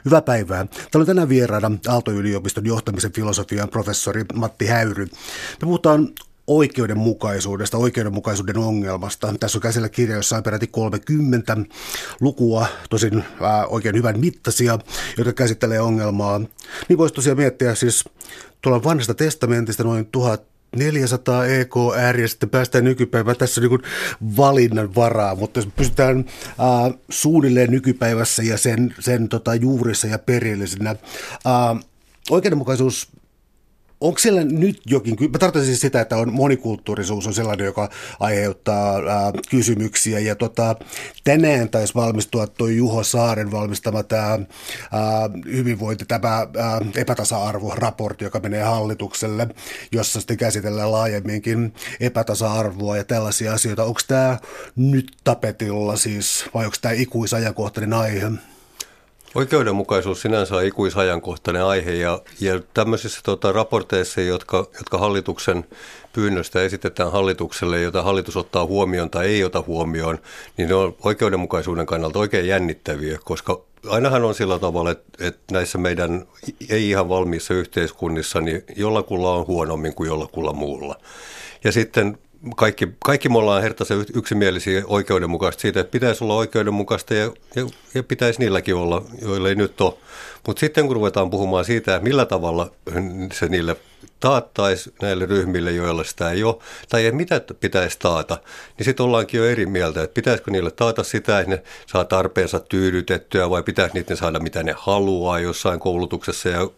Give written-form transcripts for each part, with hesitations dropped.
Hyvää päivää. Täällä on tänään vieraana Aalto-yliopiston johtamisen filosofian professori Matti Häyry. Me puhutaan oikeudenmukaisuudesta, oikeudenmukaisuuden ongelmasta. Tässä on käsillä kirja, jossa on peräti 30 lukua, tosin oikein hyvän mittaisia, jotka käsittelee ongelmaa. Niin voisi tosiaan miettiä siis tuolla vanhasta testamentista noin 1400 EKR ja sitten päästään nykypäivään. Tässä on niin valinnan varaa, mutta jos pysytään suunnilleen nykypäivässä ja sen juurissa ja perillisenä. Oikeudenmukaisuus, onko siellä nyt jokin, mä tarkoitan siis sitä, että monikulttuurisuus on sellainen, joka aiheuttaa kysymyksiä, ja tänään taisi valmistua tuo Juho Saaren valmistama tämä hyvinvointi, tämä epätasa-arvoraportti, joka menee hallitukselle, jossa sitten käsitellään laajemminkin epätasa-arvoa ja tällaisia asioita. Onko tämä nyt tapetilla siis, vai onko tämä ikuisajankohtainen aihe? Oikeudenmukaisuus sinänsä on ikuisajankohtainen aihe ja tämmöisissä raporteissa, jotka hallituksen pyynnöstä esitetään hallitukselle, jota hallitus ottaa huomioon tai ei ota huomioon, niin ne on oikeudenmukaisuuden kannalta oikein jännittäviä, koska ainahan on sillä tavalla, että näissä meidän ei ihan valmiissa yhteiskunnissa, niin jollakulla on huonommin kuin jollakulla muulla. Ja sitten kaikki me ollaan hertaisen yksimielisiä oikeudenmukaista siitä, että pitäisi olla oikeudenmukaista ja pitäisi niilläkin olla, joilla ei nyt ole. Mutta sitten kun ruvetaan puhumaan siitä, millä tavalla se niille taattaisi näille ryhmille, joilla sitä ei ole, tai mitä pitäisi taata, niin sitten ollaankin jo eri mieltä, että pitäisikö niille taata sitä, että ne saa tarpeensa tyydytettyä, vai pitäisi niiden saada mitä ne haluaa jossain koulutuksessa ja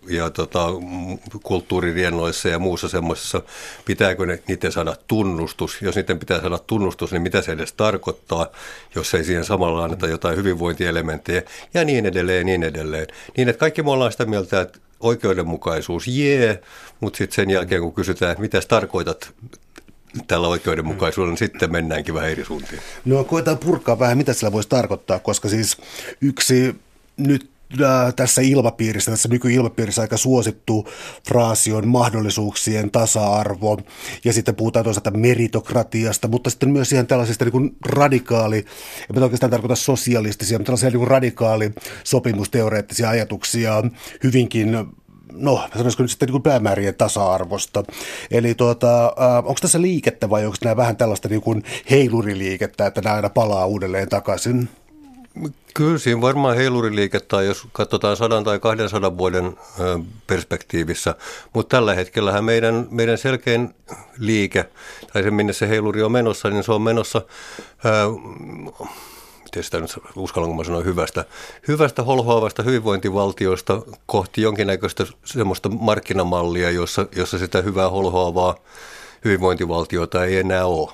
kulttuuririennoissa ja muussa semmoisessa, pitääkö niiden saada tunnustus, jos niiden pitää saada tunnustus, niin mitä se edes tarkoittaa, jos ei siihen samalla anneta jotain hyvinvointielementtejä, ja niin edelleen, niin edelleen. Niin, että kaikki me ollaan sitä mieltä, että oikeudenmukaisuus, mutta sitten sen jälkeen, kun kysytään, että mitä tarkoitat tällä oikeudenmukaisuudella, niin sitten mennäänkin vähän eri suuntiin. No koetaan purkaa vähän, mitä sillä voisi tarkoittaa, koska siis yksi nyt tässä ilmapiirissä, tässä nykyilmapiirissä aika suosittu fraasi on mahdollisuuksien tasa-arvo, ja sitten puhutaan toisaalta meritokratiasta, mutta sitten myös ihan tällaisista niin kuin radikaali, en oikeastaan tarkoita sosialistisia, mutta tällaisia niin kuin radikaali sopimusteoreettisia ajatuksia hyvinkin, sanoisiko nyt sitten niin kuin päämäärien tasa-arvosta. Eli onko tässä liikettä vai onko nämä vähän tällaista niin kuin heiluriliikettä, että nämä aina palaa uudelleen takaisin? Kyllä siinä varmaan heiluriliikettä, jos katsotaan 100 tai 200 vuoden perspektiivissä, mutta tällä hetkellähän meidän selkein liike, tai se minne se heiluri on menossa, niin se on menossa, miten sitä nyt uskallanko mä sanoa, hyvästä holhoavasta hyvinvointivaltiosta kohti jonkinnäköistä semmoista markkinamallia, jossa sitä hyvää holhoavaa hyvinvointivaltiota ei enää ole.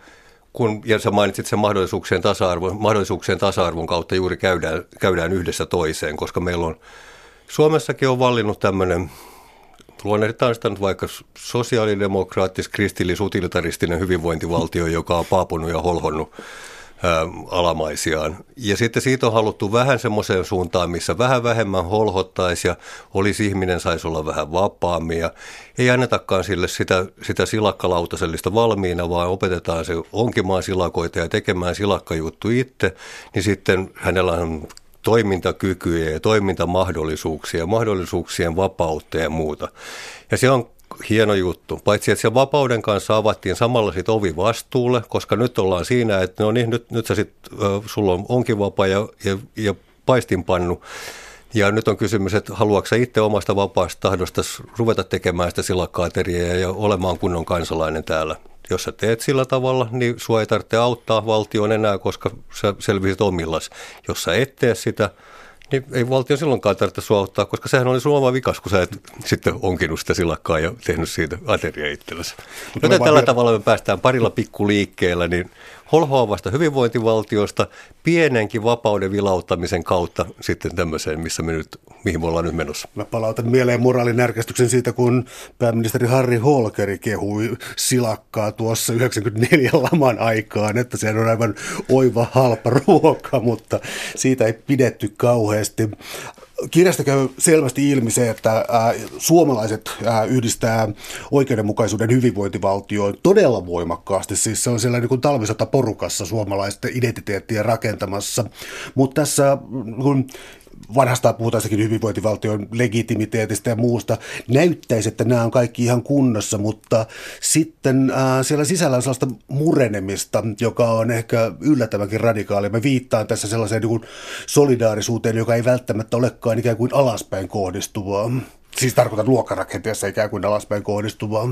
Ja sä mainitsit sen mahdollisuuksien tasa-arvon kautta juuri käydään yhdessä toiseen, koska meillä on Suomessakin on vallinnut tämmöinen, luonnehditaan sitä nyt vaikka sosiaalidemokraattis, kristillis, utilitaristinen hyvinvointivaltio, joka on paapunut ja holhonnut alamaisiaan. Ja sitten siitä on haluttu vähän semmoiseen suuntaan, missä vähän vähemmän holhottaisi ja ihminen saisi olla vähän vapaammin. Ja ei annetakaan sille sitä silakkalautasellista valmiina, vaan opetetaan se onkimaan silakoita ja tekemään silakkajuttu itse, niin sitten hänellä on toimintakykyjä ja toimintamahdollisuuksia, mahdollisuuksien vapautta ja muuta. Ja se on hieno juttu. Paitsi, että sen vapauden kanssa avattiin samalla sit ovi vastuulle, koska nyt ollaan siinä, että no niin, nyt sä sulla on onkin vapaa ja paistinpannu. Ja nyt on kysymys, että haluatko sä itse omasta vapaasta tahdosta ruveta tekemään sitä silakkaateriaa ja olemaan kunnon kansalainen täällä. Jos sä teet sillä tavalla, niin sua ei tarvitse auttaa valtion enää, koska sä selvisit omillas. Jos sä et tee sitä, niin ei valtio silloinkaan tarvitse sua auttaa, koska sehän oli sun oma vikas, kun sä et sitten onkinut sitä silakkaa ja tehnyt siitä ateria itsellesi. Joten tällä tavalla me päästään parilla pikkuliikkeellä niin holhoavasta hyvinvointivaltiosta pienenkin vapauden vilauttamisen kautta sitten tämmöiseen, mihin me ollaan nyt menossa. Mä palautan mieleen moraalinärkästyksen siitä, kun pääministeri Harri Holkeri kehui silakkaa tuossa 94 laman aikaan, että se on aivan oiva halpa ruoka, mutta siitä ei pidetty kauheasti. Kirjasta käy selvästi ilmi se, että suomalaiset yhdistää oikeudenmukaisuuden hyvinvointivaltioon todella voimakkaasti. Siis se on siellä niin kuin talvisotaporukassa suomalaisten identiteettiä rakentamassa. Mutta tässä kun vanhastaan puhutaan sekin hyvinvointivaltion legitimiteetistä ja muusta. Näyttäisi, että nämä on kaikki ihan kunnossa, mutta sitten siellä sisällä on sellaista murenemista, joka on ehkä yllättävänkin radikaali. Mä viittaan tässä sellaiseen niin kuin solidaarisuuteen, joka ei välttämättä olekaan ikään kuin alaspäin kohdistuvaa. Siis tarkoitan luokkarakenteessa ikään kuin alaspäin kohdistuvaa.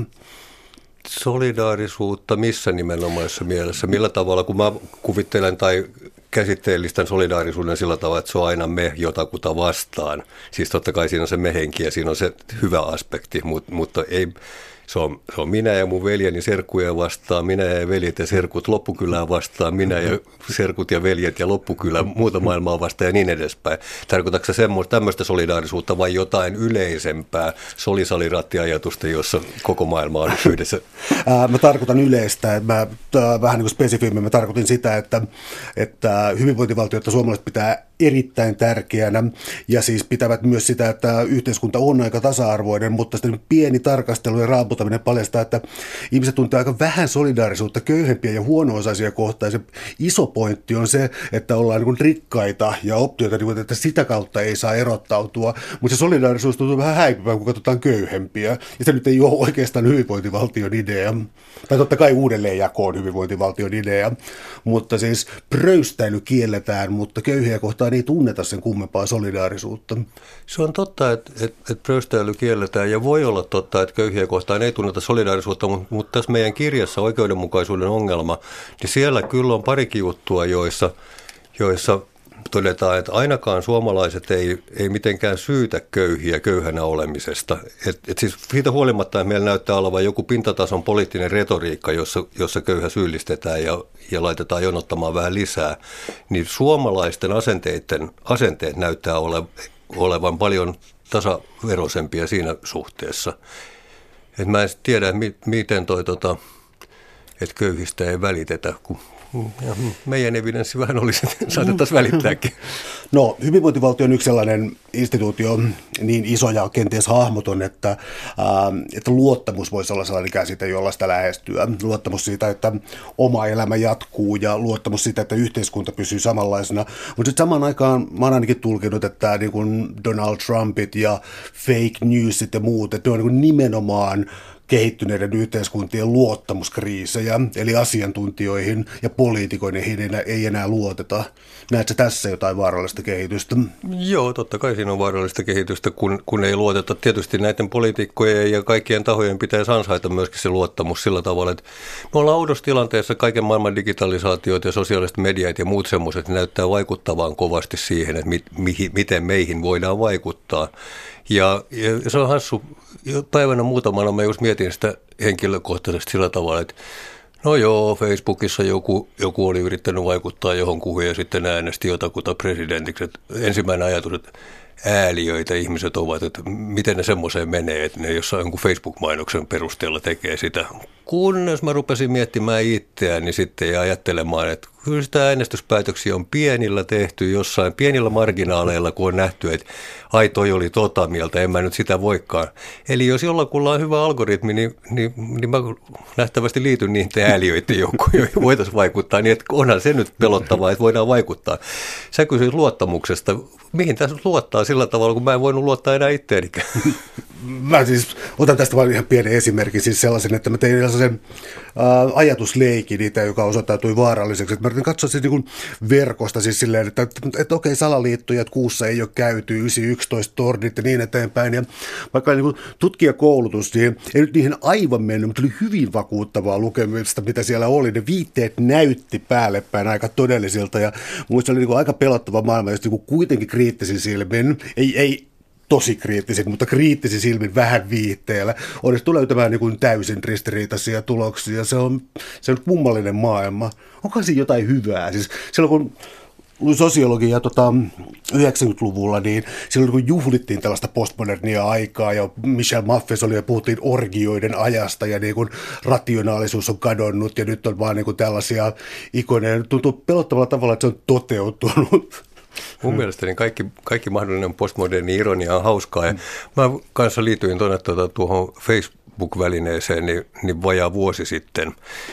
Solidaarisuutta missä nimenomaisessa mielessä? Millä tavalla, kun mä kuvittelen tai käsitteellistän solidaarisuuden sillä tavalla, että se on aina me jotakuta vastaan. Siis totta kai siinä on se me-henki ja siinä on se hyvä aspekti, mutta ei, se on minä ja mun veljeni serkkuja vastaan, minä ja veljet ja serkut loppukylää vastaan, minä ja serkut ja veljet ja loppukylä muuta maailmaa vastaan ja niin edespäin. Tarkoitatko se tämmöistä solidaarisuutta vai jotain yleisempää solisaliraattiajatusta, jossa koko maailma on yhdessä? Mä tarkoitan yleistä, mä vähän niin kuin spesifimmin, mä tarkoitin sitä, että hyvinvointivaltiota suomalaiset pitää erittäin tärkeänä ja siis pitävät myös sitä, että yhteiskunta on aika tasa-arvoinen, mutta sitten pieni tarkastelu ja raaputaminen paljastaa, että ihmiset tuntee aika vähän solidaarisuutta köyhempiä ja huono-osaisia kohtaan. Se iso pointti on se, että ollaan niin kuin rikkaita ja optioita, että sitä kautta ei saa erottautua, mutta se solidaarisuus tuntuu vähän häipyvään, kun katsotaan köyhempiä. Ja se nyt ei ole oikeastaan hyvinvointivaltion idea. Tai totta kai uudelleenjako on hyvinvointivaltion idea, mutta siis pröystäily kielletään, mutta köyhiä kohtaan ei tunneta sen kummempaa solidaarisuutta. Se on totta, että pröystäily kielletään ja voi olla totta, että köyhiä kohtaan ei tunneta solidaarisuutta, mutta tässä meidän kirjassa Oikeudenmukaisuuden ongelma, niin siellä kyllä on parikin juttua, joissa todetaan, että ainakaan suomalaiset ei mitenkään syytä köyhiä köyhänä olemisesta. Et siis siitä huolimatta, että meillä näyttää olevan joku pintatason poliittinen retoriikka, jossa köyhä syyllistetään ja laitetaan jonottamaan vähän lisää, niin suomalaisten asenteet näyttää olevan paljon tasaveroisempia siinä suhteessa. Et mä en tiedä, miten että köyhistä ei välitetä, kun meidän evidenssi vähän olisi, että saatettaisiin välittääkin. No, hyvinvointivaltio on yksi sellainen instituutio niin iso ja kenties hahmoton, että luottamus voisi olla sellainen käsite, jolla sitä lähestyä. Luottamus siitä, että oma elämä jatkuu ja luottamus siitä, että yhteiskunta pysyy samanlaisena. Mutta sitten samaan aikaan mä oon ainakin tulkinut, että niin kuin Donald Trumpit ja fake newsit ja muut, että ne on niin kuin nimenomaan kehittyneiden yhteiskuntien luottamuskriisejä, eli asiantuntijoihin ja poliitikoihin ei enää luoteta. Näetkö tässä jotain vaarallista kehitystä? Joo, totta kai siinä on vaarallista kehitystä, kun ei luoteta. Tietysti näiden poliitikkojen ja kaikkien tahojen pitäisi ansaita myöskin se luottamus sillä tavalla, että me ollaan oudossa tilanteessa, kaiken maailman digitalisaatiot ja sosiaaliset mediat ja muut semmoiset näyttää vaikuttavan kovasti siihen, että miten meihin voidaan vaikuttaa. Ja se on hassu. Päivänä muutamana mä just mietin sitä henkilökohtaisesti sillä tavalla, että no joo, Facebookissa joku oli yrittänyt vaikuttaa johonkuhun ja sitten äänesti jotakuta presidentiksi. Että ensimmäinen ajatus, että ääliöitä ihmiset ovat, että miten ne semmoiseen menee, että ne jossain jonkun Facebook-mainoksen perusteella tekee sitä. Kunnes mä rupesin miettimään itseäni sitten ja ajattelemaan, että kyllä sitä äänestyspäätöksiä on pienillä tehty jossain, pienillä marginaaleilla, kun on nähty, että ai toi oli tota mieltä, en mä nyt sitä voikaan. Eli jos jollakulla on hyvä algoritmi, niin mä nähtävästi liityn niihin ääliöiden joukkoon, joihin voitaisiin vaikuttaa, niin että onhan se nyt pelottavaa, että voidaan vaikuttaa. Sä kysyit luottamuksesta. Mihin tässä luottaa sillä tavalla, kun mä en voinut luottaa enää itteenikään? Mä siis otan tästä vain ihan pienen esimerkin, siis sellaisen, että mä tein sellaisen ajatusleikin niitä, joka osoittautui vaaralliseksi. Että mä yritin katsoa siis niin verkosta siis silleen, että okei, salaliittoja, että kuussa ei ole käyty, 911 tornit ja niin eteenpäin. Ja vaikka niin tutkijakoulutus, niin ei nyt niihin aivan mennyt, mutta oli hyvin vakuuttavaa lukemista, mitä siellä oli. Ne viitteet näytti päälle päin aika todellisilta ja muista oli niin aika pelottava maailma, jos niin kuitenkin kriittisin silmin, ei tosi kriittisin, mutta kriittisin silmin vähän viitteellä. Onnistui löytämään niin täysin ristiriitaisia tuloksia. Se on kummallinen maailma. Onko siinä jotain hyvää? Siis silloin kun luin sosiologia 90-luvulla, niin silloin kun juhlittiin tällaista postmodernia aikaa ja Michel Maffes oli ja puhuttiin orgioiden ajasta ja niin kuin rationaalisuus on kadonnut ja nyt on vaan niin kuin tällaisia ikoneja. Tuntuu pelottavalla tavalla, että se on toteutunut. Mun mielestäni kaikki mahdollinen postmoderni ironia on hauskaa. Ja mä kanssa liityin tuohon Facebook-välineeseen niin vajaa vuosi sitten.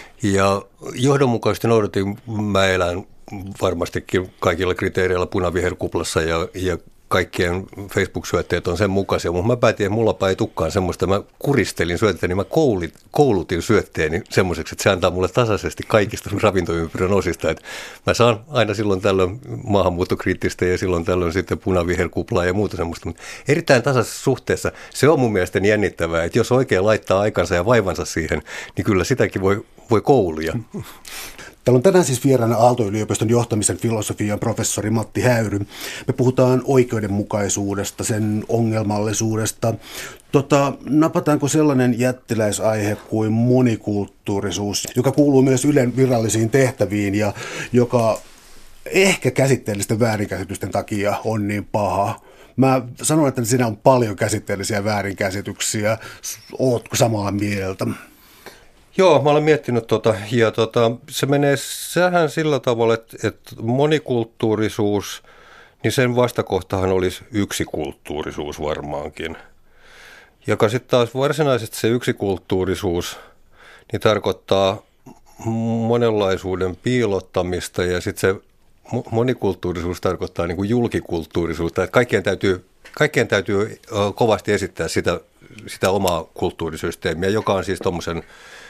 Ja johdonmukaisesti noudatin, mä elän varmastikin kaikilla kriteereillä punaviherkuplassa ja kaikkien Facebook-syötteet on sen mukaisia, mutta mä päätin, että mullapa ei tukkaan semmoista. Mä kuristelin syötteeni, mä koulutin syötteeni semmoiseksi, että se antaa mulle tasaisesti kaikista ravintoympyrän osista. Että mä saan aina silloin tällöin maahanmuuttokriittistä ja silloin tällöin sitten punaviherkuplaa ja muuta semmoista. Mutta erittäin tasaisessa suhteessa se on mun mielestä jännittävää, että jos oikein laittaa aikansa ja vaivansa siihen, niin kyllä sitäkin voi koulia. Täällä on tänään siis vieraana Aalto-yliopiston johtamisen filosofian professori Matti Häyry. Me puhutaan oikeudenmukaisuudesta, sen ongelmallisuudesta. Napataanko sellainen jättiläisaihe kuin monikulttuurisuus, joka kuuluu myös Ylen virallisiin tehtäviin ja joka ehkä käsitteellisten väärinkäsitysten takia on niin paha? Mä sanon, että siinä on paljon käsitteellisiä väärinkäsityksiä. Ootko samaa mieltä? Joo, mä olen miettinyt se menee sähän sillä tavalla, että monikulttuurisuus, niin sen vastakohtahan olisi yksikulttuurisuus varmaankin. Joka sitten taas varsinaisesti se yksikulttuurisuus, niin tarkoittaa monenlaisuuden piilottamista ja sitten se monikulttuurisuus tarkoittaa niin kuin julkikulttuurisuutta, että kaikkien täytyy kovasti esittää sitä omaa kulttuurisysteemiä, joka on siis tuommoisen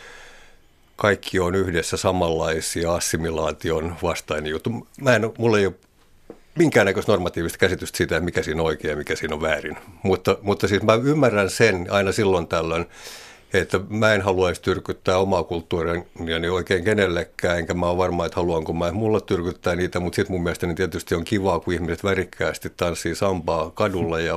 kaikki on yhdessä samanlaisia assimilaation vastainen juttu. Mulla ei ole minkäännäköistä normatiivista käsitystä siitä, mikä siinä on oikein ja mikä siinä on väärin. Mutta siis mä ymmärrän sen aina silloin tällöin, että mä en haluaisi tyrkyttää omaa kulttuuriani oikein kenellekään, enkä mä ole varma, että haluanko mä mulla tyrkyttää niitä, mutta sitten mun mielestä niin tietysti on kivaa, kun ihmiset värikkäästi tanssii sambaa kadulla ja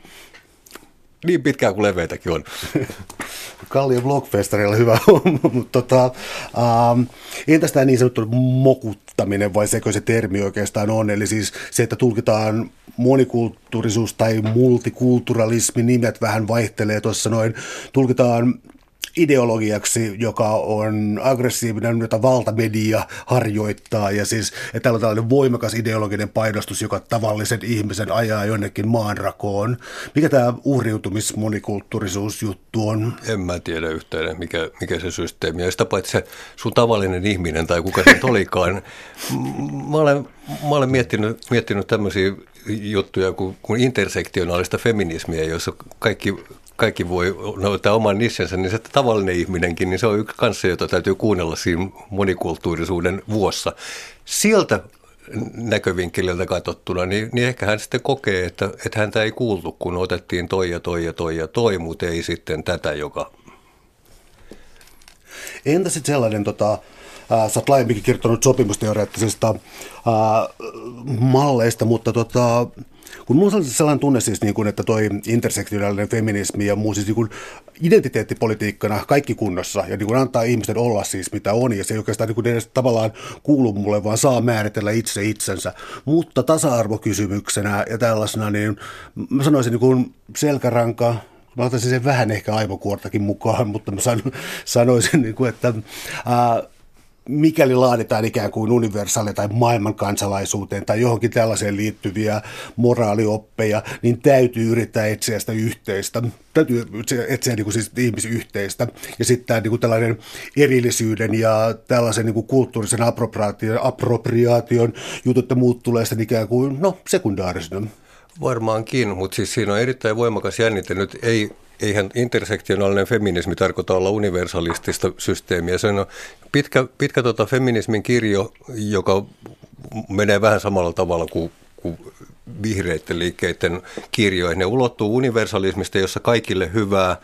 niin pitkään kuin leveitäkin on. Kallion Blockfestarilla hyvä homma, mutta entäs tämä niin sanottu mokuttaminen, vai sekö se termi oikeastaan on? Eli siis se, että tulkitaan monikulttuurisuus tai multikulturalismi, nimet vähän vaihtelee tuossa noin, tulkitaan ideologiaksi, joka on aggressiivinen, jota valtamedia harjoittaa, ja siis että täällä on tällainen voimakas ideologinen painostus, joka tavallisen ihmisen ajaa jonnekin maanrakoon. Mikä tämä uhriutumis-monikulttuurisuusjuttu on? En mä tiedä yhtään, mikä se systeemi on. Ja sitä paitsi se sun tavallinen ihminen tai kuka se olikaan. Mä olen miettinyt tämmöisiä juttuja kuin intersektionaalista feminismiä, jossa kaikki voi noutaa oman nissensä, niin se tavallinen ihminenkin, niin se on yksi kanssa, jota täytyy kuunnella siinä monikulttuurisuuden vuossa. Sieltä näkövinkkeliltä katsottuna, niin ehkä hän sitten kokee, että häntä ei kuultu, kun otettiin toi ja toi ja toi ja toi, mutta ei sitten tätä, joka... Entä sitten sellainen, sä oot laajemminkin kirjoittanut sopimusteoreettisista malleista, mutta kun minulla on sellainen tunne siis, niin kuin, että toi intersektionaalinen feminismi ja muu siis niin kuin identiteettipolitiikkana kaikki kunnossa ja niin kuin antaa ihmisten olla siis mitä on ja se ei oikeastaan niin kuin edes tavallaan kuulu mulle, vaan saa määritellä itse itsensä. Mutta tasa-arvokysymyksenä ja tällaisena, niin mä sanoisin niin kuin selkäranka, mä ottaisin sen vähän ehkä aivokuortakin mukaan, mutta mä sanoisin, niin kuin, että mikäli laaditaan ikään kuin universaalia tai maailmankansalaisuuteen tai johonkin tällaiseen liittyviä moraalioppeja, niin täytyy yrittää etsiä sitä yhteistä. Täytyy etsiä niin kuin siis ihmisyhteistä. Ja sitten tämä niin kuin tällainen erillisyyden ja tällaisen niin kuin kulttuurisen appropriaation jutut ja muut tulee sitten ikään kuin sekundaarisena. Varmaankin, mutta siis siinä on erittäin voimakas jännite. Nyt eihän intersektionaalinen feminismi tarkoita olla universalistista systeemiä. Se on pitkä feminismin kirjo, joka menee vähän samalla tavalla kuin vihreiden liikkeiden kirjoihin. Ne ulottuu universalismista, jossa kaikille hyvää,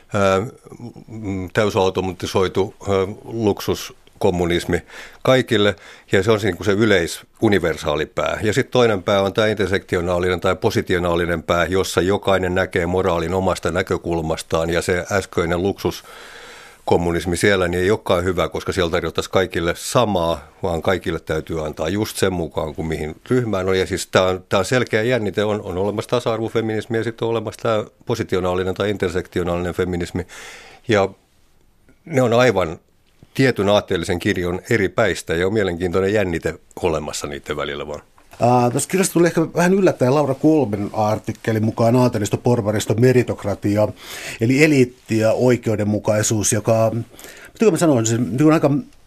täysautomatisoitu luksuskommunismi kaikille, ja se on niin kuin se universaali pää. Ja sitten toinen pää on tämä intersektionaalinen tai positionaalinen pää, jossa jokainen näkee moraalin omasta näkökulmastaan, ja se äskeinen luksuskommunismi siellä niin ei olekaan hyvä, koska siellä tarjottaisiin kaikille samaa, vaan kaikille täytyy antaa just sen mukaan, kuin mihin ryhmään on. Ja siis tämä on selkeä jännite, on olemassa tasa-arvofeminismi ja sitten on olemassa tämä positionaalinen tai intersektionaalinen feminismi, ja ne on aivan tietyn aatteellisen kirjon eri päistä ja on mielenkiintoinen jännite olemassa niiden välillä vaan. Tässä kirjassa tuli ehkä vähän yllättäen Laura Kolben artikkelin mukaan aatelisto, porvaristo, meritokratia, eli eliitti ja oikeudenmukaisuus, joka, mitä mä sanoin, se on aika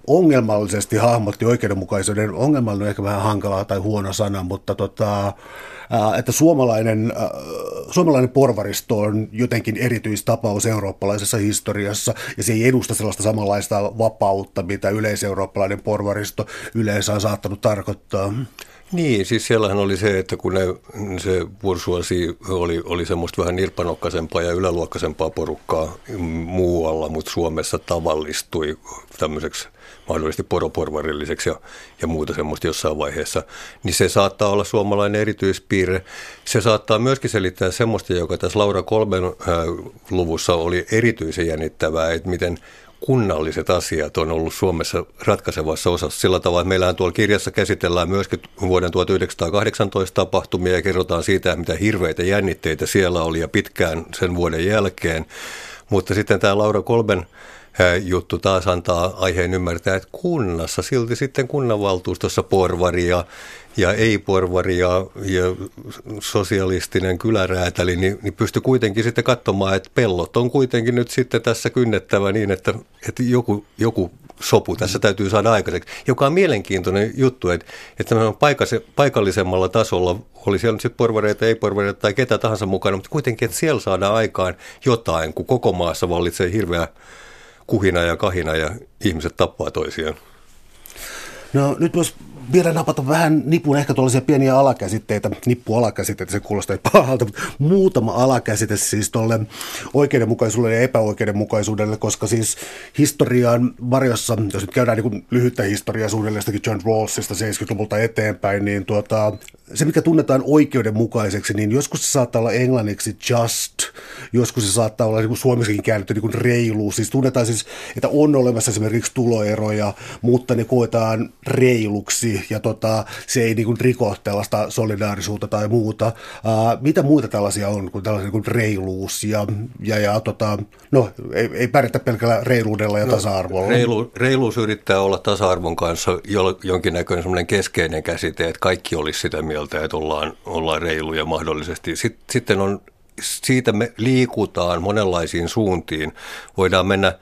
ongelmallisesti hahmotti oikeudenmukaisuuden. Ongelmallinen on ehkä vähän hankalaa tai huono sana, mutta että suomalainen porvaristo on jotenkin erityistapaus eurooppalaisessa historiassa, ja se ei edusta sellaista samanlaista vapautta, mitä yleiseurooppalainen porvaristo yleensä on saattanut tarkoittaa. Niin, siis siellähän oli se, että kun se bourgeoisie oli semmoista vähän nirppanokkaisempaa ja yläluokkaisempaa porukkaa muualla, mutta Suomessa tavallistui tämmöiseksi mahdollisesti poroporvarilliseksi ja muuta semmoista jossain vaiheessa, niin se saattaa olla suomalainen erityispiirre. Se saattaa myöskin selittää semmoista, joka tässä Laura Kolben luvussa oli erityisen jännittävää, että miten kunnalliset asiat on ollut Suomessa ratkaisevassa osassa sillä tavalla, että meillähän tuolla kirjassa käsitellään myöskin vuoden 1918 tapahtumia ja kerrotaan siitä, mitä hirveitä jännitteitä siellä oli ja pitkään sen vuoden jälkeen, mutta sitten tämä Laura Kolben juttu taas antaa aiheen ymmärtää, että kunnassa silti sitten kunnanvaltuustossa porvaria ja ei-porvaria ja sosialistinen kyläräätäli, niin pystyi kuitenkin sitten katsomaan, että pellot on kuitenkin nyt sitten tässä kynnettävä niin, että joku sopu tässä täytyy saada aikaiseksi, joka on mielenkiintoinen juttu, että paikallisemmalla tasolla oli siellä nyt sitten porvareita, ei-porvareita tai ketä tahansa mukana, mutta kuitenkin, että siellä saadaan aikaan jotain, kun koko maassa vallitsee hirveä kuhina ja kahina ja ihmiset tappaa toisiaan. No nyt voisi vielä napata vähän nipun ehkä tuollaisia pieniä alakäsitteitä, nippualakäsitteitä, se kuulostaa pahalta, mutta muutama alakäsite siis tuolle oikeudenmukaisuudelle ja epäoikeudenmukaisuudelle, koska siis historian varjossa, jos nyt käydään niin lyhyttä historiaa suunnilleen John Rawlsista 70-luvulta eteenpäin, niin se, mikä tunnetaan oikeudenmukaiseksi, niin joskus se saattaa olla englanniksi just, joskus se saattaa olla niin kuin suomessakin käännetty niin kuin reiluus. Siis tunnetaan siis, että on olemassa esimerkiksi tuloeroja, mutta ne koetaan reiluksi ja se ei niin kuin riko tällaista solidaarisuutta tai muuta. Mitä muita tällaisia on kuin tällaisia niin kuin reiluus ei pärjätä pelkällä reiluudella ja tasa-arvolla. Reiluus yrittää olla tasa-arvon kanssa jonkinnäköinen semmoinen keskeinen käsite, että kaikki olisi sitä mieltä, että ollaan reiluja mahdollisesti. Sitten siitä me liikutaan monenlaisiin suuntiin. Voidaan mennä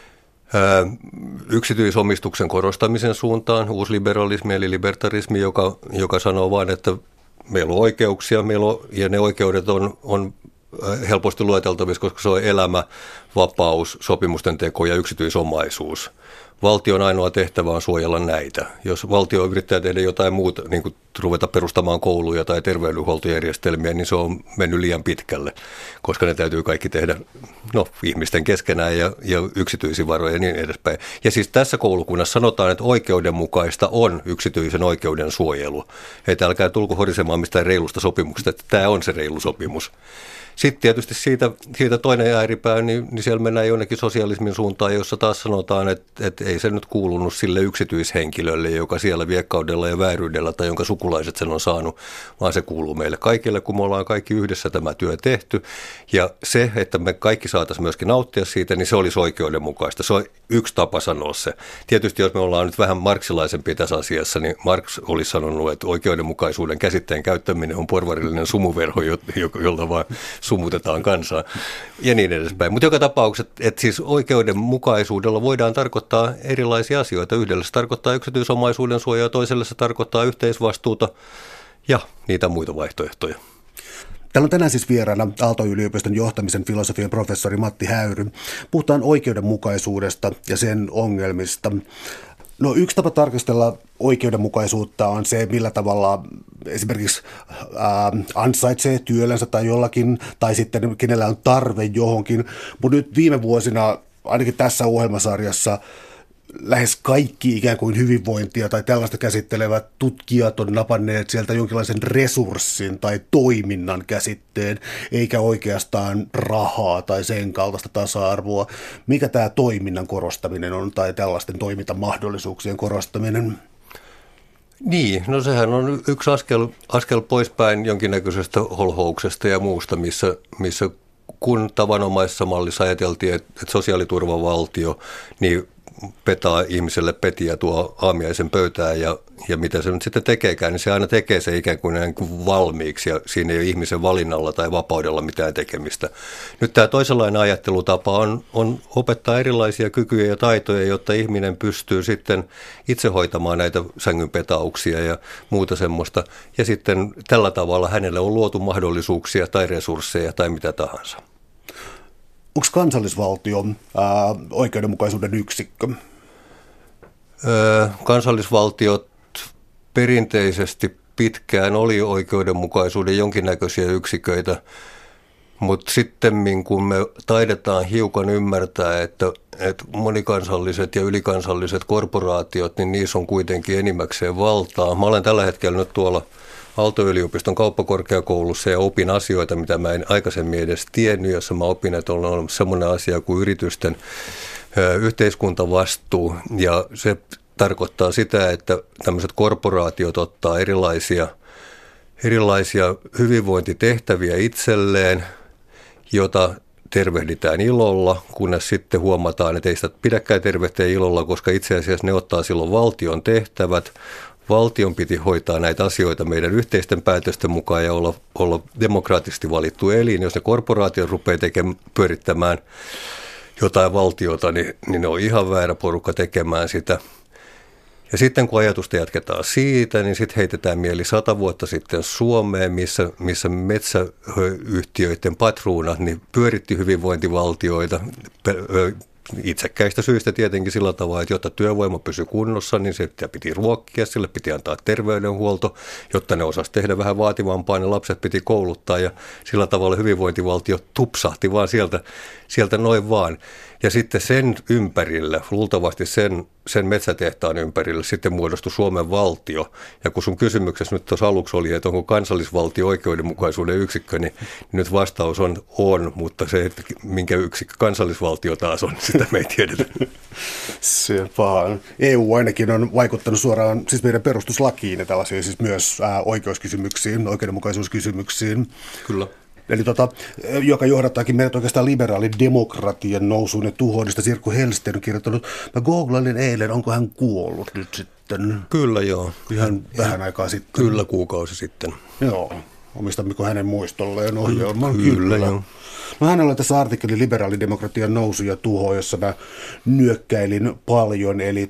yksityisomistuksen korostamisen suuntaan, uusliberalismi eli libertarismi, joka sanoo vain, että meillä on oikeuksia ja ne oikeudet on helposti lueteltavissa, koska se on elämä, vapaus, sopimusten teko ja yksityisomaisuus. Valtion ainoa tehtävä on suojella näitä. Jos valtio yrittää tehdä jotain muuta, niin kuin ruveta perustamaan kouluja tai terveydenhuoltojärjestelmiä, niin se on mennyt liian pitkälle, koska ne täytyy kaikki tehdä ihmisten keskenään ja yksityisin varoja ja niin edespäin. Ja siis tässä koulukunnassa sanotaan, että oikeudenmukaista on yksityisen oikeuden suojelu. Että älkää tulko horisemaan mistään reilusta sopimuksesta, että tämä on se reilu sopimus. Sitten tietysti siitä toinen ääripää, niin siellä mennään jonnekin sosialismin suuntaan, jossa taas sanotaan, että ei se nyt kuulunut sille yksityishenkilölle, joka siellä viekkaudella ja vääryydellä tai jonka sukulaiset sen on saanut, vaan se kuuluu meille kaikille, kun me ollaan kaikki yhdessä tämä työ tehty. Ja se, että me kaikki saataisiin myöskin nauttia siitä, niin se olisi oikeudenmukaista. Se on yksi tapa sanoa se. Tietysti jos me ollaan nyt vähän marksilaisempia tässä asiassa, niin Marx olisi sanonut, että oikeudenmukaisuuden käsitteen käyttäminen on porvarillinen sumuverho, jolta vaan sumutetaan kansaa ja niin edespäin. Mutta joka tapauksessa, että siis oikeudenmukaisuudella voidaan tarkoittaa erilaisia asioita. Yhdelle se tarkoittaa yksityisomaisuuden suojaa, toiselle se tarkoittaa yhteisvastuuta ja niitä muita vaihtoehtoja. Täällä on tänään siis vieraana Aalto-yliopiston johtamisen filosofian professori Matti Häyry. Puhutaan oikeudenmukaisuudesta ja sen ongelmista. No yksi tapa tarkastella oikeudenmukaisuutta on se, millä tavalla esimerkiksi ansaitsee työllänsä tai jollakin, tai sitten kenellä on tarve johonkin. Mutta nyt viime vuosina, ainakin tässä ohjelmasarjassa, lähes kaikki ikään kuin hyvinvointia tai tällaista käsittelevät tutkijat on napanneet sieltä jonkinlaisen resurssin tai toiminnan käsitteen, eikä oikeastaan rahaa tai sen kaltaista tasa-arvoa. Mikä tämä toiminnan korostaminen on tai tällaisten toimintamahdollisuuksien korostaminen? Niin, no sehän on yksi askel poispäin jonkinnäköisestä holhouksesta ja muusta, missä kun tavanomaisessa mallissa ajateltiin, että sosiaaliturvavaltio, niin petaa ihmiselle petiä tuo aamiaisen pöytään ja mitä se nyt sitten tekeekään, niin se aina tekee se ikään kuin valmiiksi ja siinä ei ole ihmisen valinnalla tai vapaudella mitään tekemistä. Nyt tämä toisenlainen ajattelutapa on opettaa erilaisia kykyjä ja taitoja, jotta ihminen pystyy sitten itse hoitamaan näitä sängynpetauksia ja muuta semmoista. Ja sitten tällä tavalla hänelle on luotu mahdollisuuksia tai resursseja tai mitä tahansa. Onko kansallisvaltio oikeudenmukaisuuden yksikkö? Kansallisvaltiot perinteisesti pitkään oli oikeudenmukaisuuden jonkinnäköisiä yksiköitä, mutta sitten kun me taidetaan hiukan ymmärtää, että monikansalliset ja ylikansalliset korporaatiot, niin niissä on kuitenkin enimmäkseen valtaa. Mä olen tällä hetkellä nyt tuolla Aalto-yliopiston kauppakorkeakoulussa ja opin asioita, mitä mä en aikaisemmin edes tiennyt, jossa mä opin, että on olemassa semmoinen asia kuin yritysten yhteiskuntavastuu, ja se tarkoittaa sitä, että tämmöiset korporaatiot ottaa erilaisia hyvinvointitehtäviä itselleen, jota tervehditään ilolla, kunnes sitten huomataan, että ei sitä pidäkään tervehtiä ilolla, koska itse asiassa ne ottaa silloin valtion tehtävät. Valtion piti hoitaa näitä asioita meidän yhteisten päätösten mukaan ja olla demokraattisesti valittu elin. Jos ne korporaatiot rupeaa pyörittämään jotain valtiota, niin ne on ihan väärä porukka tekemään sitä. Ja sitten kun ajatusta jatketaan siitä, niin sitten heitetään mieli 100 vuotta sitten Suomeen, missä metsäyhtiöiden patruunat niin pyöritti hyvinvointivaltioita itsekkäistä syistä tietenkin sillä tavalla, että jotta työvoima pysyi kunnossa, niin se piti ruokkia, sille piti antaa terveydenhuolto, jotta ne osasi tehdä vähän vaativampaa, ne lapset piti kouluttaa ja sillä tavalla hyvinvointivaltio tupsahti vaan sieltä noin vaan. Ja sitten sen ympärillä, luultavasti sen metsätehtaan ympärillä sitten muodostui Suomen valtio. Ja kun sun kysymyksessä nyt tuossa aluksi oli, että onko kansallisvaltio oikeudenmukaisuuden yksikkö, niin nyt vastaus on, mutta se, että minkä yksikkö kansallisvaltio taas on, sitä me ei tiedetä. Se vaan. EU ainakin on vaikuttanut suoraan siis meidän perustuslakiin ja tällaisiin siis myös oikeuskysymyksiin, oikeudenmukaisuuskysymyksiin. Kyllä. Eli joka johdattaakin meidät oikeastaan liberaalin demokratian nousuun ja tuhoon, josta Sirkku Hellsten on kirjoittanut. Mä googlailin eilen, onko hän kuollut nyt sitten? Kyllä joo. Ihan vähän aikaa sitten. Kyllä kuukausi sitten. Joo. Omistammeko hänen muistolleen ohjelman? Kyllä joo. No hänellä on tässä artikkeli liberaalidemokratian nousu ja tuho, jossa mä nyökkäilin paljon, eli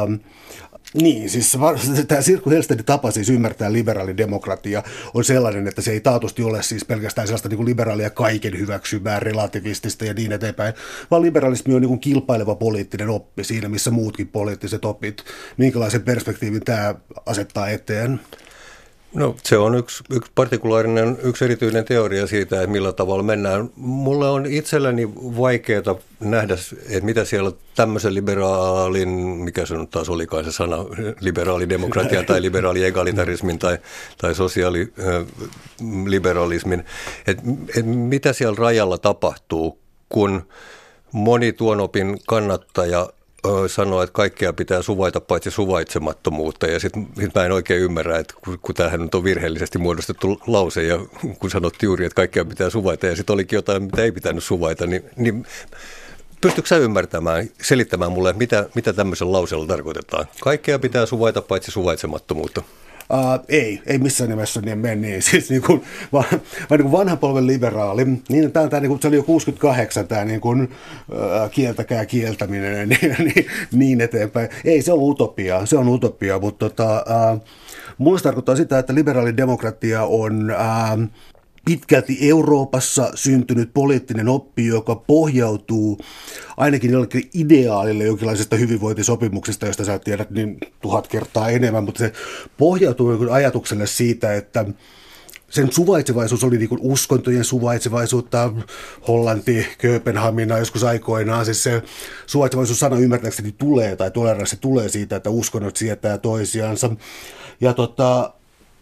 niin, siis tämä Sirkku Hellstenin tapa siis ymmärtää liberaalidemokratia on sellainen, että se ei taatusti ole siis pelkästään sellaista niin kuin liberaalia kaiken hyväksymää, relativistista ja niin eteenpäin, vaan liberalismi on niin kuin kilpaileva poliittinen oppi siinä, missä muutkin poliittiset opit. Minkälaisen perspektiivin tämä asettaa eteen? No se on yksi partikulaarinen, yksi erityinen teoria siitä, että millä tavalla mennään. Mulle on itselläni vaikeaa nähdä, että mitä siellä tämmöisen liberaalin, mikä se nyt taas olikaan se sana, liberaalidemokratian tai liberaaliegalitarismin tai sosiaaliliberalismin, että mitä siellä rajalla tapahtuu, kun moni tuon opin kannattaja sanoa, että kaikkea pitää suvaita paitsi suvaitsemattomuutta, ja sitten mä en oikein ymmärrä, että kun tämähän nyt on virheellisesti muodostettu lause, ja kun sanottiin juuri, että kaikkea pitää suvaita, ja sitten olikin jotain, mitä ei pitänyt suvaita, niin pystytkö sä ymmärtämään, selittämään mulle, mitä tämmöisellä lauseella tarkoitetaan? Kaikkea pitää suvaita paitsi suvaitsemattomuutta. Ei missään nimessä niin. Siis niin kuin vanhan polven liberaali, niin tämä niin kuin, se oli jo 68 tämä niin kuin, kieltäkää kieltäminen niin eteenpäin. Ei, se on utopia, mutta mulle se tarkoittaa sitä, että liberaalidemokratia on pitkälti Euroopassa syntynyt poliittinen oppi, joka pohjautuu ainakin jollekin ideaalille jonkinlaisesta hyvinvointisopimuksesta, josta sä tiedät niin 1000 kertaa enemmän, mutta se pohjautuu ajatukselle siitä, että sen suvaitsevaisuus oli niin kuin uskontojen suvaitsevaisuutta, Hollanti, Kööpenhamina joskus aikoinaan. Siis se suvaitsevaisuus-sana ymmärtääkseni tulee, tai toleranssi tulee siitä, että uskonnot sietää toisiansa. Ja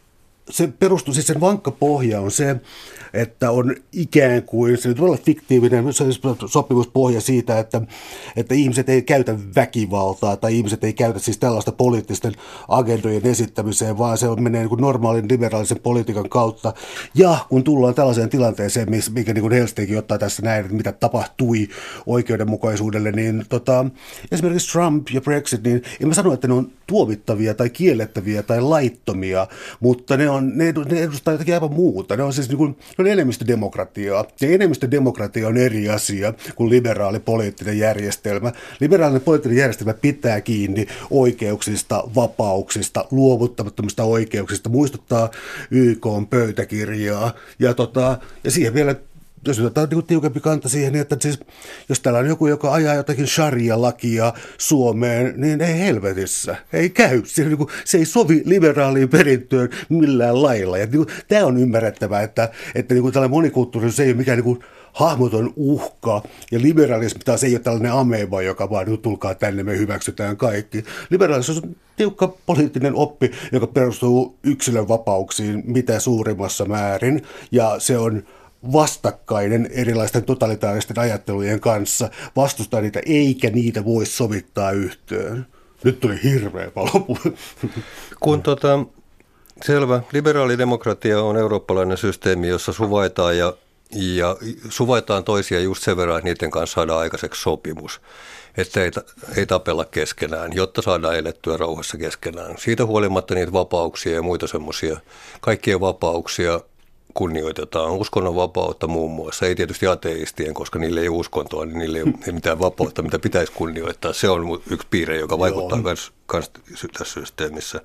se perustuu, siis sen vankka pohja on se, että on ikään kuin, se nyt voi olla fiktiivinen sopimuspohja siitä, että ihmiset ei käytä väkivaltaa tai ihmiset ei käytä siis tällaista poliittisten agendojen esittämiseen, vaan se menee niin kuin normaalin liberaalisen politiikan kautta. Ja kun tullaan tällaiseen tilanteeseen, mikä niin kuin Helsinki ottaa tässä näin, että mitä tapahtui oikeudenmukaisuudelle, niin esimerkiksi Trump ja Brexit, niin en mä sano, että ne on tuomittavia tai kiellettäviä tai laittomia, mutta ne edustaa jotakin aivan muuta. Ne on siis niin kuin, on enemmistödemokratiaa, ja enemmistödemokratia on eri asia kuin liberaali poliittinen järjestelmä. Liberaalinen poliittinen järjestelmä pitää kiinni oikeuksista, vapauksista, luovuttamattomista oikeuksista, muistuttaa YK:n pöytäkirjaa, ja siihen vielä, jos otetaan niin tiukempi kanta siihen, että siis, jos täällä on joku, joka ajaa jotakin sharia-lakia Suomeen, niin ei helvetissä, ei käy. Se ei sovi liberaaliin perintöön millään lailla. Ja tämä on ymmärrettävää, että tällainen monikulttuurisuus ei ole mikään hahmoton uhka, ja liberalismi taas ei ole tällainen ameba, joka vaan tulkaa tänne, me hyväksytään kaikki. Liberaalisuus on tiukka poliittinen oppi, joka perustuu yksilön vapauksiin mitä suurimmassa määrin, ja se on vastakkainen erilaisten totalitaaristen ajattelujen kanssa, vastustaa niitä, eikä niitä voi sovittaa yhteen. Nyt tuli hirveä palopuhe. Kun selvä, liberaalidemokratia on eurooppalainen systeemi, jossa suvaitaan ja suvaitaan toisia just sen verran, että niiden kanssa saadaan aikaiseksi sopimus, että ei tapella keskenään, jotta saadaan elettyä rauhassa keskenään. Siitä huolimatta niitä vapauksia ja muita semmoisia, kaikkia vapauksia kunnioitetaan. Uskonnonvapautta muun muassa, ei tietysti ateistien, koska niille ei ole uskontoa, niin niille ei ole mitään vapautta, mitä pitäisi kunnioittaa. Se on yksi piirre, joka vaikuttaa myös tässä systeemissä.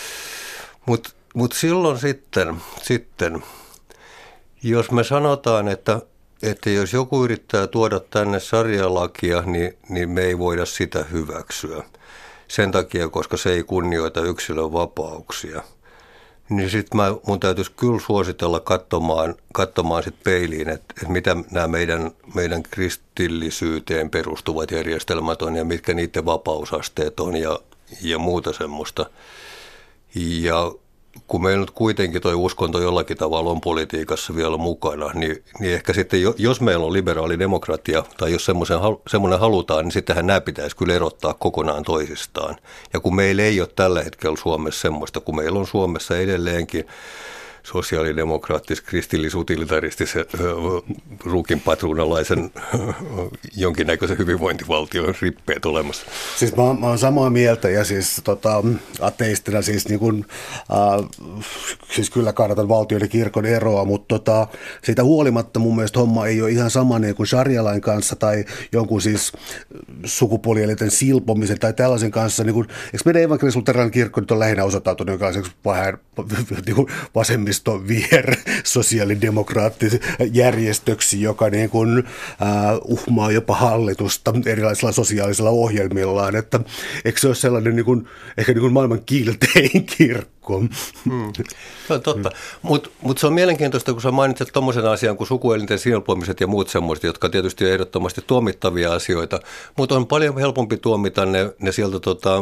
Mut silloin sitten, jos me sanotaan, että jos joku yrittää tuoda tänne sarjalakia, niin me ei voida sitä hyväksyä. Sen takia, koska se ei kunnioita yksilön vapauksia. Niin sitten mun täytyisi kyllä suositella katsomaan sit peiliin, että mitä nämä meidän kristillisyyteen perustuvat järjestelmät on ja mitkä niiden vapausasteet on ja muuta semmoista. Ja kun meillä nyt kuitenkin toi uskonto jollakin tavalla on politiikassa vielä mukana, niin ehkä sitten, jos meillä on liberaali demokratia tai jos semmoinen halutaan, niin sittenhän nämä pitäisi kyllä erottaa kokonaan toisistaan. Ja kun meillä ei ole tällä hetkellä Suomessa semmoista, kun meillä on Suomessa edelleenkin sosiaalidemokraattis, kristillisutilitaristis, ruukinpatruunalaisen jonkinnäköisen hyvinvointivaltion rippeet olemassa. Siis mä oon samaa mieltä ja siis ateistina siis, siis kyllä kannatan valtion ja kirkon eroa, mutta siitä huolimatta mun mielestä homma ei ole ihan sama niin kuin sharia-lain kanssa tai jonkun siis sukupuolielinten silpomisen tai tällaisen kanssa. Niin kuin, eikö meidän evankelis-luterilainen kirkko nyt on lähinnä osoittautunut jonkinlaiseksi vähän vasemmisto viher sosiaalidemokraattisen järjestöksi, joka niin kuin, uhmaa jopa hallitusta erilaisilla sosiaalisilla ohjelmillaan, että eikö se ole sellainen niin kuin, ehkä niin kuin maailman kiltein kirkko? Se on totta, mutta se on mielenkiintoista, kun sä mainitset tommoisen asian kuin sukuelinten silpomiset ja muut semmoiset, jotka tietysti on ehdottomasti tuomittavia asioita, mutta on paljon helpompi tuomita ne sieltä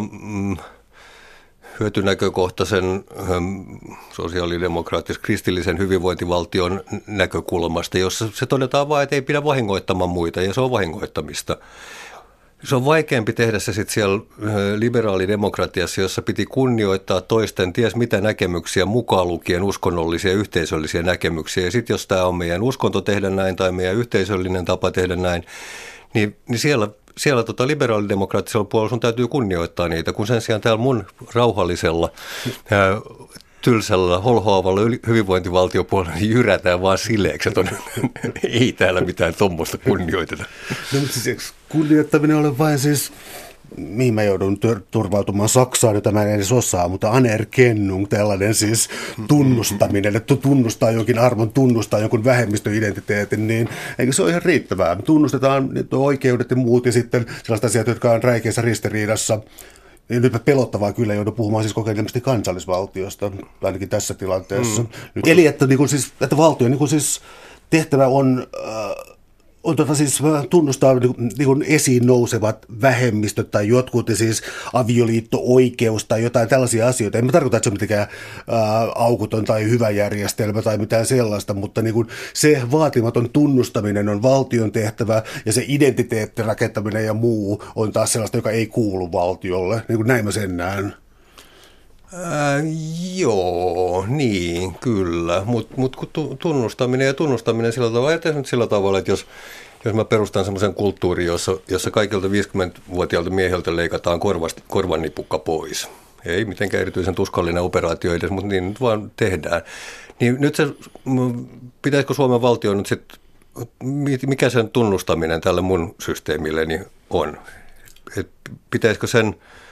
hyötynäkökohtaisen sosiaalidemokraattisen kristillisen hyvinvointivaltion näkökulmasta, jossa se todetaan vain, että ei pidä vahingoittamaan muita, ja se on vahingoittamista. Se on vaikeampi tehdä se sitten siellä liberaalidemokratiassa, jossa piti kunnioittaa toisten ties mitä näkemyksiä, mukaan lukien uskonnollisia ja yhteisöllisiä näkemyksiä. Ja sitten jos tämä on meidän uskonto tehdä näin tai meidän yhteisöllinen tapa tehdä näin, niin siellä liberaalidemokraattisella puolella sun täytyy kunnioittaa niitä, kun sen sijaan täällä mun rauhallisella, tylsällä, holhoavalla hyvinvointivaltiopuolella niin jyrätään vaan sileeksi, että ei täällä mitään tuommoista kunnioiteta. No, mutta siis kunnioittaminen on vain siis, mihin mä joudun turvautumaan Saksaan, jota mä en edes osaa, mutta anerkennung, tällainen siis tunnustaminen, että tunnustaa jonkin arvon, tunnustaa jonkun vähemmistöidentiteetin, niin eikö se ole ihan riittävää? Tunnustetaan oikeudet ja muut ja sitten sellaiset asiat, jotka on räikeässä ristiriidassa. Nyt pelottavaa kyllä joudun puhumaan siis kokeilemaisesti kansallisvaltiosta, ainakin tässä tilanteessa. Eli että, niin kuin siis, että valtion niin kuin siis tehtävä on on siis tunnustaa niin esiin nousevat vähemmistöt tai jotkut, siis avioliitto-oikeus tai jotain tällaisia asioita. En mä tarkoita, että se on mitenkään aukoton tai hyvä järjestelmä tai mitään sellaista, mutta niin kuin se vaatimaton tunnustaminen on valtion tehtävä ja se identiteetin rakentaminen ja muu on taas sellaista, joka ei kuulu valtiolle. Niin kuin näin mä sen näen. Joo, niin, kyllä, mutta tunnustaminen sillä tavalla, ajatellaan sillä tavalla, että jos mä perustan semmoisen kulttuurin, jossa kaikilta 50-vuotiailta miehiltä leikataan korvanipukka pois, ei mitenkään erityisen tuskallinen operaatio edes, mutta niin nyt vaan tehdään, niin nyt pitäisikö Suomen valtio nyt sitten, mikä sen tunnustaminen tälle mun systeemilleni on, että pitäisikö sen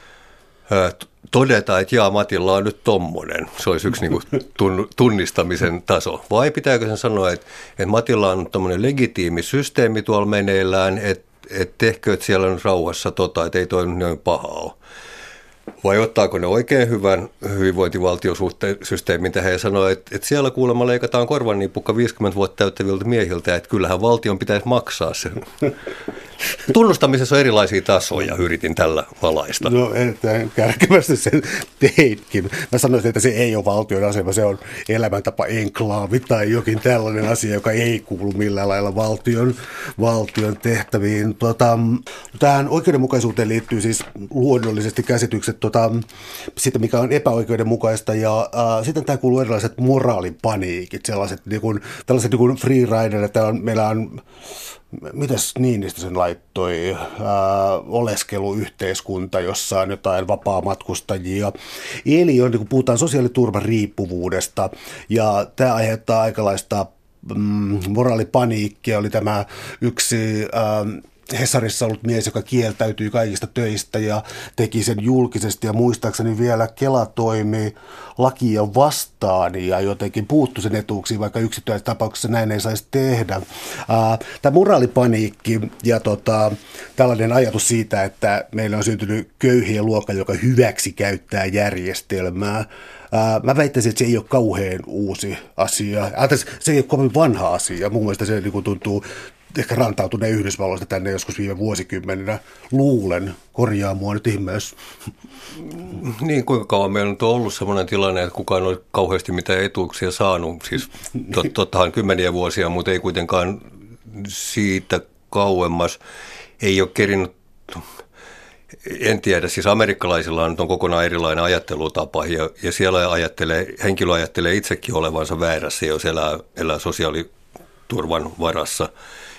todeta, että jaa, Matilla on nyt tommonen. Se olisi yksi niin kuin tunnistamisen taso. Vai pitääkö sen sanoa, että Matilla on tommonen legitiimi systeemi tuolla meneillään, että tehkööt siellä nyt rauhassa että ei toi noin paha ole. Vai ottaako ne oikein hyvän hyvinvointivaltiosysteemin tähän ja sanoo, että siellä kuulemma leikataan korvanipukka 50 vuotta täyttäviltä miehiltä, että kyllähän valtion pitäisi maksaa se. Tunnustamisessa on erilaisia tasoja, yritin tällä valaista. No erittäin kärkevästi sen teitkin. Mä sanoisin, että se ei ole valtion asema, se on elämäntapa enklaavi tai jokin tällainen asia, joka ei kuulu millään lailla valtion tehtäviin. Tähän oikeudenmukaisuuteen liittyy siis luonnollisesti käsitykset siitä, mikä on epäoikeudenmukaista, ja sitten tämä kuuluu erilaiset moraalipaniikit, sellaiset niin kuin, tällaiset niin kuin freerider, että meillä on, mitäs Niinistö sen laittoi, oleskeluyhteiskunta, jossa on jotain vapaamatkustajia. Eli on, niin kuin puhutaan sosiaaliturvan riippuvuudesta, ja tämä aiheuttaa aikalaista moraalipaniikkia. Oli tämä yksi Hesarissa ollut mies, joka kieltäytyi kaikista töistä ja teki sen julkisesti, ja muistaakseni vielä Kela toimi lakia vastaan ja jotenkin puuttui sen etuuksiin, vaikka yksittäisessä tapauksessa näin ei saisi tehdä. Tämä moraalipaniikki ja tällainen ajatus siitä, että meillä on syntynyt köyhien luokka, joka hyväksi käyttää järjestelmää. Mä väittäisin, että se ei ole kauhean uusi asia. Se ei ole kovin vanha asia. Mun mielestä se niin tuntuu ehkä rantautuneen Yhdysvalloista tänne joskus viime vuosikymmeninä. Luulen, korjaa mua nyt ihmeessä. Niin, kuinka kauan meillä on ollut sellainen tilanne, että kukaan ei ole kauheasti mitään etuuksia saanut. Siis tottahan kymmeniä vuosia, mutta ei kuitenkaan siitä kauemmas. Ei ole kerinyt, en tiedä, siis amerikkalaisilla on kokonaan erilainen ajattelutapa ja siellä henkilö ajattelee itsekin olevansa väärässä, jos elää sosiaaliturvan varassa.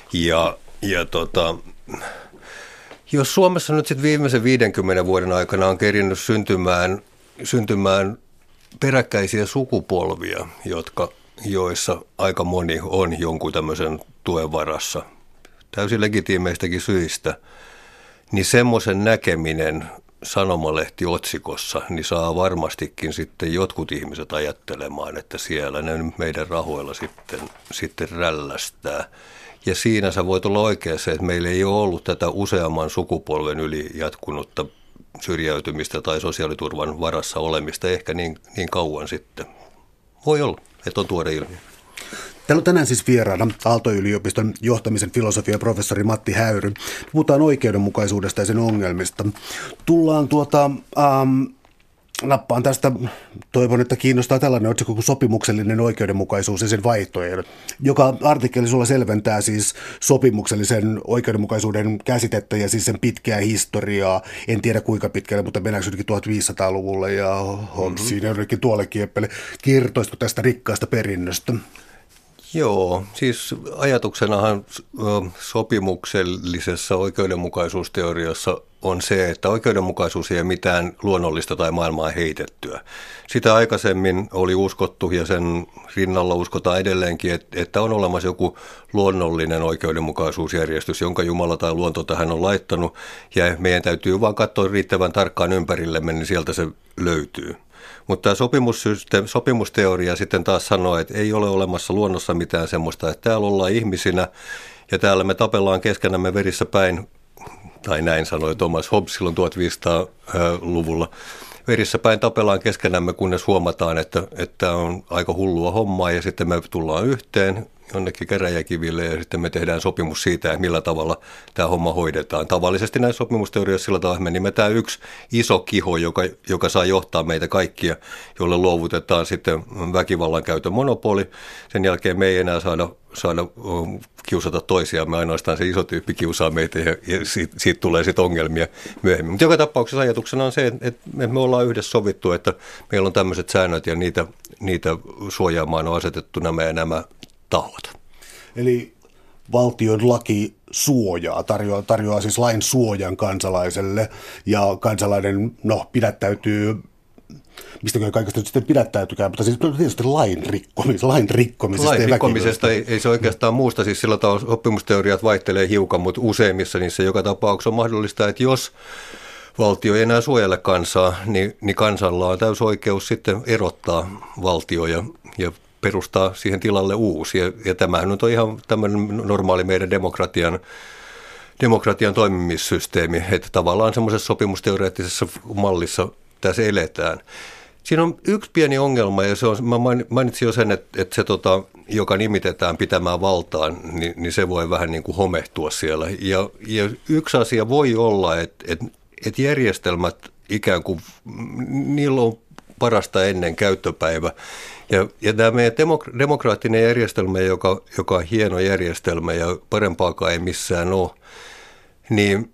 Jos Suomessa nyt sitten viimeisen 50 vuoden aikana on kerinnyt syntymään peräkkäisiä sukupolvia, joissa aika moni on jonkun tämmöisen tuen varassa, täysin legitiimeistäkin syistä, niin semmoisen näkeminen sanomalehti-otsikossa, niin saa varmastikin sitten jotkut ihmiset ajattelemaan, että siellä ne meidän rahoilla sitten rällästää. Ja siinä sä voit olla oikeassa, että meillä ei ole ollut tätä useamman sukupolven yli jatkunutta syrjäytymistä tai sosiaaliturvan varassa olemista ehkä niin kauan sitten. Voi olla, että on tuore ilmiö. Täällä on tänään siis vieraana Aalto-yliopiston johtamisen filosofian professori Matti Häyry. Puhutaan oikeudenmukaisuudesta ja sen ongelmista. Tullaan nappaan tästä, toivon, että kiinnostaa tällainen otsikko kuin sopimuksellinen oikeudenmukaisuus ja sen vaihtoehdot, joka artikkeli sulla selventää siis sopimuksellisen oikeudenmukaisuuden käsitettä ja siis sen pitkää historiaa. En tiedä kuinka pitkälle, mutta mennäänkö jotenkin 1500-luvulle ja siinä jotenkin tuolle kieppele. Kertoisitko tästä rikkaasta perinnöstä? Joo, siis ajatuksenahan sopimuksellisessa oikeudenmukaisuusteoriassa on se, että oikeudenmukaisuus ei ole mitään luonnollista tai maailmaa heitettyä. Sitä aikaisemmin oli uskottu ja sen rinnalla uskotaan edelleenkin, että on olemassa joku luonnollinen oikeudenmukaisuusjärjestys, jonka Jumala tai luonto tähän on laittanut, ja meidän täytyy vaan katsoa riittävän tarkkaan ympärillemme, niin sieltä se löytyy. Mutta sopimusteoria sitten taas sanoo, että ei ole olemassa luonnossa mitään semmoista, että täällä ollaan ihmisinä ja täällä me tapellaan keskenämme verissä päin, tai näin sanoi Thomas Hobbes silloin 1500-luvulla. Verissä päin tapellaan keskenämme, kunnes huomataan, että on aika hullua hommaa ja sitten me tullaan yhteen jonnekin käräjäkiville ja sitten me tehdään sopimus siitä, että millä tavalla tämä homma hoidetaan. Tavallisesti näissä sopimusteorioissa sillä tavalla me nimetään yksi iso kiho, joka saa johtaa meitä kaikkia, jolle luovutetaan sitten väkivallan käytön monopoli. Sen jälkeen me ei enää saada kiusata toisiamme, ainoastaan se iso tyyppi kiusaa meitä ja siitä tulee sitten ongelmia myöhemmin. Mutta joka tapauksessa ajatuksena on se, että me ollaan yhdessä sovittu, että meillä on tämmöiset säännöt ja niitä suojaamaan on asetettu nämä tahot. Eli valtion laki tarjoaa siis lain suojan kansalaiselle ja kansalainen pidättäytyy, mistäkö kaikesta nyt sitten pidättäytykään, mutta siis tietysti lain rikkomisesta. Lain rikkomisesta ei se oikeastaan muusta, siis sillä tavalla sopimusteoriat vaihtelee hiukan, mutta useimmissa niissä joka tapauksessa on mahdollista, että jos valtio ei enää suojele kansaa, niin kansalla on täysi oikeus sitten erottaa valtio ja perustaa siihen tilalle uusi. Ja tämähän nyt on ihan tämmöinen normaali meidän demokratian toimimissysteemi, että tavallaan semmoisessa sopimusteoreettisessa mallissa tässä eletään. Siinä on yksi pieni ongelma, ja se on, mä mainitsin jo sen, että se, joka nimitetään pitämään valtaan, niin se voi vähän niin kuin homehtua siellä. Ja yksi asia voi olla, että järjestelmät ikään kuin, niillä on parasta ennen käyttöpäivä. Ja tämä meidän demokraattinen järjestelmä, joka on hieno järjestelmä ja parempaakaan ei missään ole, niin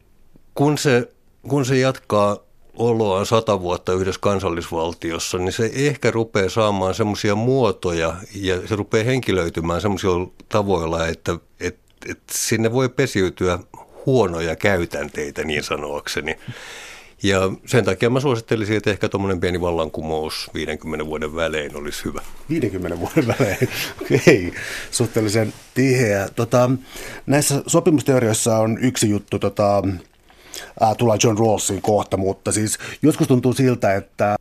kun se jatkaa oloaan 100 vuotta yhdessä kansallisvaltiossa, niin se ehkä rupeaa saamaan semmoisia muotoja ja se rupeaa henkilöitymään semmoisilla tavoilla, että sinne voi pesiytyä huonoja käytänteitä niin sanoakseni. Ja sen takia mä suosittelisin, että ehkä tuommoinen pieni vallankumous 50 vuoden välein olisi hyvä. 50 vuoden välein, okei, suhteellisen tiheä. Näissä sopimusteorioissa on yksi juttu, tullaan John Rawlsin kohta, mutta siis joskus tuntuu siltä, että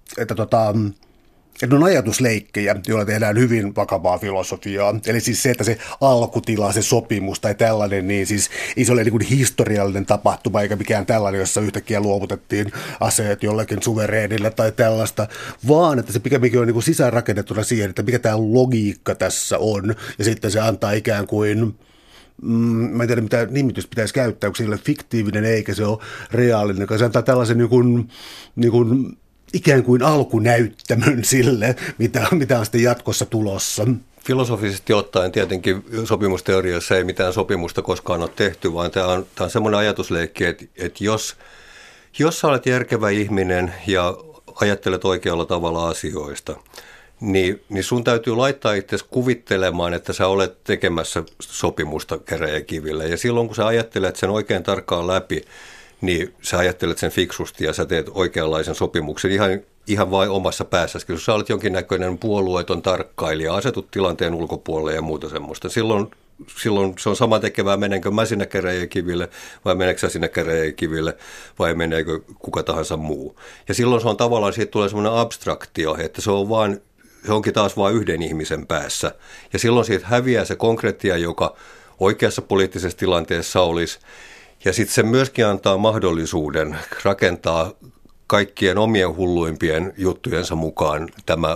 ne on ajatusleikkejä, joilla tehdään hyvin vakavaa filosofiaa. Eli siis se, että se alkutila, se sopimus tai tällainen, niin siis ei se ole niin kuin historiallinen tapahtuma eikä mikään tällainen, jossa yhtäkkiä luovutettiin aseet jollekin suvereenille tai tällaista, vaan että se pikemminkin on niin kuin sisäänrakennettuna siihen, että mikä tämä logiikka tässä on. Ja sitten se antaa ikään kuin, mä en tiedä mitä nimitys pitäisi käyttää, onko sille fiktiivinen eikä se ole reaalinen, se antaa tällaisen niin kuin ikään kuin alkunäyttämön sille, mitä on sitten jatkossa tulossa. Filosofisesti ottaen tietenkin sopimusteoriassa ei mitään sopimusta koskaan ole tehty, vaan tämä on semmoinen ajatusleikki, että jos sä olet järkevä ihminen ja ajattelet oikealla tavalla asioista, niin sun täytyy laittaa itsesi kuvittelemaan, että sä olet tekemässä sopimusta käräjäkivillä. Ja silloin kun sä ajattelet sen oikein tarkkaan läpi, niin sä ajattelet sen fiksusti ja sä teet oikeanlaisen sopimuksen ihan vain omassa päässäsi. Jos sä olet jonkinnäköinen puolueeton tarkkailija, asetut tilanteen ulkopuolelle ja muuta semmoista. Silloin se on sama tekevää, menenkö mä sinne käräjäkiville vai meneekö sä sinne käräjäkiville vai meneekö kuka tahansa muu. Ja silloin se on tavallaan, siitä tulee semmoinen abstraktio, että se onkin taas vain yhden ihmisen päässä. Ja silloin siitä häviää se konkreettia, joka oikeassa poliittisessa tilanteessa olisi. Ja sitten se myöskin antaa mahdollisuuden rakentaa kaikkien omien hulluimpien juttujensa mukaan tämä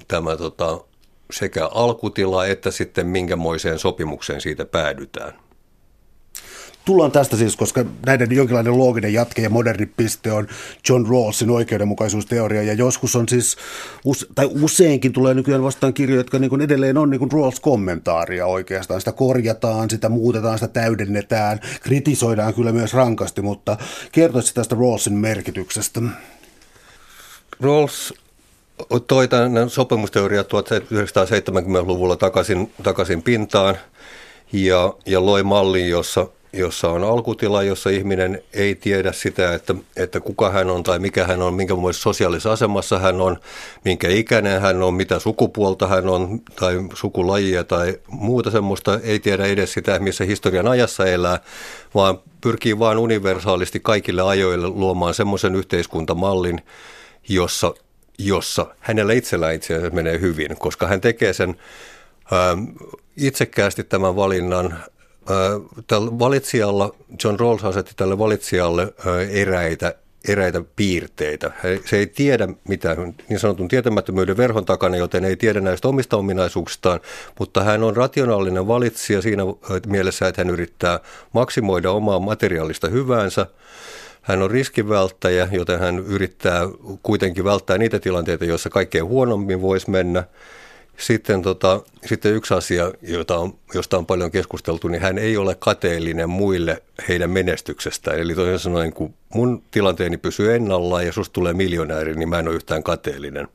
sekä alkutila että sitten minkämoiseen sopimukseen siitä päädytään. Tullaan tästä siis, koska näiden jonkinlainen looginen jatke ja moderni piste on John Rawlsin oikeudenmukaisuusteoria, ja joskus on siis, tai useinkin tulee nykyään vastaan kirjoja, jotka niin kuin edelleen on niin kuin Rawls-kommentaaria oikeastaan. Sitä korjataan, sitä muutetaan, sitä täydennetään, kritisoidaan kyllä myös rankasti, mutta kertoisi tästä Rawlsin merkityksestä. Rawls toi tämän sopimusteoria 1970-luvulla takaisin pintaan ja loi mallin, jossa on alkutila, jossa ihminen ei tiedä sitä, että kuka hän on tai mikä hän on, minkä sosiaalisessa asemassa hän on, minkä ikäinen hän on, mitä sukupuolta hän on tai sukulajia tai muuta semmoista. Ei tiedä edes sitä, missä historian ajassa elää, vaan pyrkii vain universaalisti kaikille ajoille luomaan semmoisen yhteiskuntamallin, jossa hänellä itsellään itse asiassa menee hyvin, koska hän tekee sen itsekkäästi tämän valinnan. Tällä valitsijalla, John Rawls asetti tälle valitsijalle eräitä eräitä piirteitä. Se ei tiedä mitään niin sanotun tietämättömyyden verhon takana, joten ei tiedä näistä omista ominaisuuksistaan, mutta hän on rationaalinen valitsija siinä mielessä, että hän yrittää maksimoida omaa materiaalista hyväänsä. Hän on riskinvälttäjä, joten hän yrittää kuitenkin välttää niitä tilanteita, joissa kaikkein huonommin voisi mennä. Sitten yksi asia, josta on paljon keskusteltu, niin hän ei ole kateellinen muille heidän menestyksestään. Eli toisin sanoen, kun mun tilanteeni pysyy ennallaan ja susta tulee miljonääri, niin mä en ole yhtään kateellinen.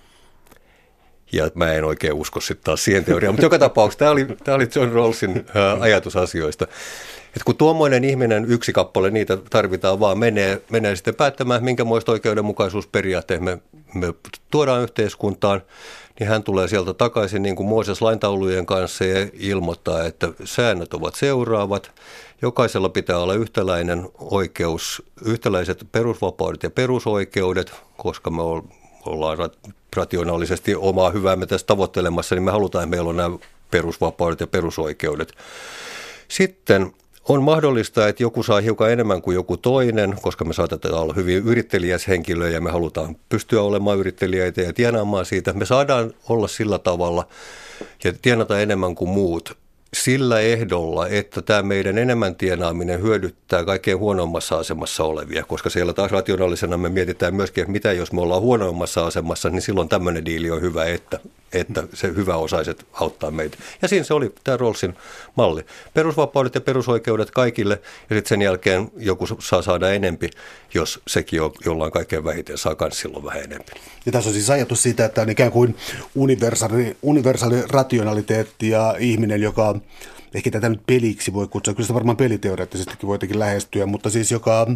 Ja mä en oikein usko sitten taas siihen teoriaan. Mutta joka tapauksessa tämä oli John Rawlsin ajatus asioista. Että kun tuommoinen ihminen, yksi kappale, niitä tarvitaan vaan, menee sitten päättämään, minkämoista oikeudenmukaisuusperiaatteet me tuodaan yhteiskuntaan, niin hän tulee sieltä takaisin niin kuin Mooses laintaulujen kanssa ja ilmoittaa, että säännöt ovat seuraavat. Jokaisella pitää olla yhtäläinen oikeus, yhtäläiset perusvapaudet ja perusoikeudet, koska me ollaan rationaalisesti omaa hyväämme tässä tavoittelemassa, niin me halutaan, että meillä on nämä perusvapaudet ja perusoikeudet. Sitten on mahdollista, että joku saa hiukan enemmän kuin joku toinen, koska me saatetaan olla hyvin yritteliäs henkilö ja me halutaan pystyä olemaan yritteliäitä ja tienaamaan siitä. Me saadaan olla sillä tavalla ja tienata enemmän kuin muut sillä ehdolla, että tämä meidän enemmän tienaaminen hyödyttää kaikkein huonommassa asemassa olevia, koska siellä taas rationaalisena me mietitään myöskin, että mitä jos me ollaan huonommassa asemassa, niin silloin tämmöinen diili on hyvä, että se hyväosaiset auttaa meitä. Ja siinä se oli tämä Rawlsin malli. Perusvapaudet ja perusoikeudet kaikille, ja sitten sen jälkeen joku saa saada enempi, jos sekin on jollain kaikkein vähiten, saa myös silloin vähän enempi. Ja tässä on siis ajatus siitä, että on ikään kuin universaali rationaliteetti ja ihminen, joka ehkä tätä nyt peliksi voi kutsua, kyllä sitä varmaan peliteoreettisestikin voi jotenkin lähestyä, mutta siis joka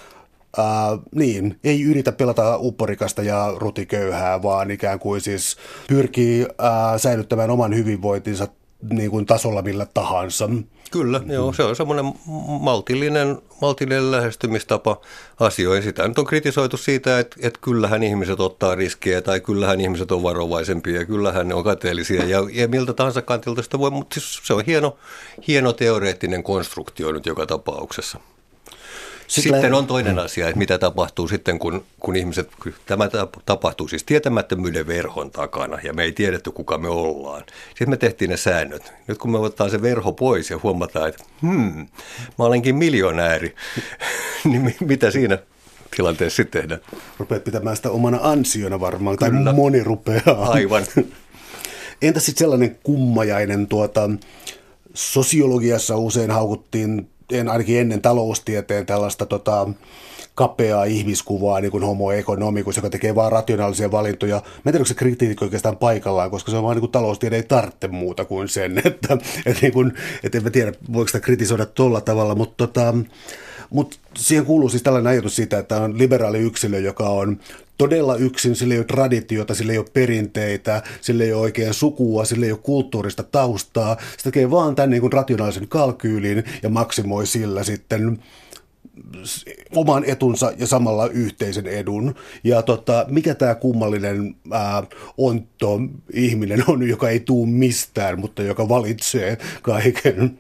ei yritä pelata upporikasta ja rutiköyhää, vaan ikään kuin siis pyrkii säilyttämään oman hyvinvointinsa niin kuin tasolla millä tahansa. Kyllä, joo, se on semmoinen maltillinen lähestymistapa asioihin. Sitä nyt on kritisoitu siitä, että kyllähän ihmiset ottaa riskejä tai kyllähän ihmiset on varovaisempia ja kyllähän ne on kateellisia ja miltä tahansa kantilta sitä voi, mutta siis se on hieno teoreettinen konstruktio nyt joka tapauksessa. Sitten on toinen asia, että mitä tapahtuu sitten, kun ihmiset, tämä tapahtuu siis tietämättömyyden verhon takana ja me ei tiedetty, kuka me ollaan. Sitten me tehtiin ne säännöt. Nyt kun me otetaan se verho pois ja huomataan, että mä olenkin miljonääri, niin mitä siinä tilanteessa sitten tehdään? Rupeat pitämään sitä omana ansiona varmaan, tai moni rupeaa. Aivan. Entä sitten sellainen kummajainen, sosiologiassa usein haukuttiin, ainakin ennen taloustieteen tällaista kapeaa ihmiskuvaa, niin kuin homo economicus, joka tekee vaan rationaalisia valintoja. Mä en tiedä, onko se kritiikki oikeastaan paikallaan, koska se on vaan niin kuin taloustiede ei tarvitse muuta kuin sen, että en mä tiedä, voiko sitä kritisoida tuolla tavalla, mutta siihen kuuluu siis tällainen ajatus siitä, että on liberaali yksilö, joka on todella yksin, sillä ei ole traditiota, sillä ei ole perinteitä, sillä ei ole oikein sukua, sillä ei ole kulttuurista taustaa. Se tekee vaan tämän niin kuin rationaalisen kalkyylin ja maksimoi sillä sitten oman etunsa ja samalla yhteisen edun. Ja mikä tämä kummallinen ontto ihminen on, joka ei tule mistään, mutta joka valitsee kaiken?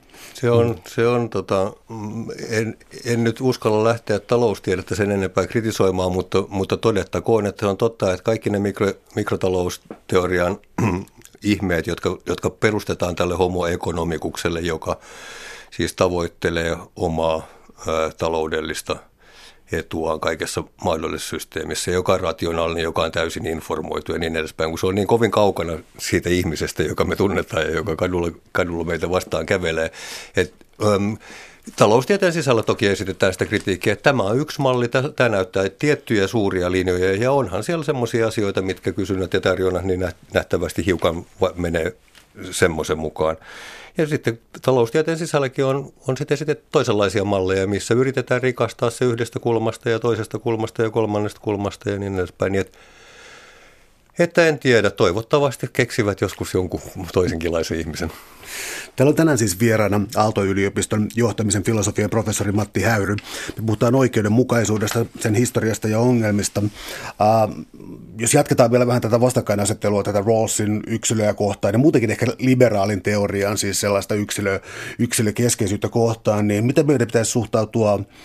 En nyt uskalla lähteä taloustiedettä sen enempää kritisoimaan, mutta todettakoon, että se on totta, että kaikki ne mikrotalousteorian ihmeet, jotka perustetaan tälle homo economicukselle, joka siis tavoittelee omaa taloudellista etuaan kaikessa mahdollisessa systeemissä, joka on rationaalinen, joka on täysin informoitu ja niin edespäin, kun se on niin kovin kaukana siitä ihmisestä, joka me tunnetaan ja joka kadulla meitä vastaan kävelee. Taloustieteen sisällä toki esitetään sitä kritiikkiä, että tämä on yksi malli, tämä näyttää tiettyjä suuria linjoja ja onhan siellä semmoisia asioita, mitkä kysynnät ja tarjonnat niin nähtävästi hiukan menee semmoisen mukaan. Ja sitten taloustieteen sisälläkin on sitten esitetty toisenlaisia malleja, missä yritetään rikastaa se yhdestä kulmasta ja toisesta kulmasta ja kolmannesta kulmasta ja niin edespäin. Että en tiedä, toivottavasti keksivät joskus jonkun toisenkinlaisen ihmisen. Täällä on tänään siis vieraana Aalto-yliopiston johtamisen filosofian professori Matti Häyry. Me puhutaan oikeudenmukaisuudesta, sen historiasta ja ongelmista. Jos jatketaan vielä vähän tätä vastakkainasettelua, tätä Rawlsin yksilöä kohtaan ja muutenkin ehkä liberaalin teoriaan, siis sellaista yksilökeskeisyyttä kohtaan, niin miten meidän pitäisi suhtautua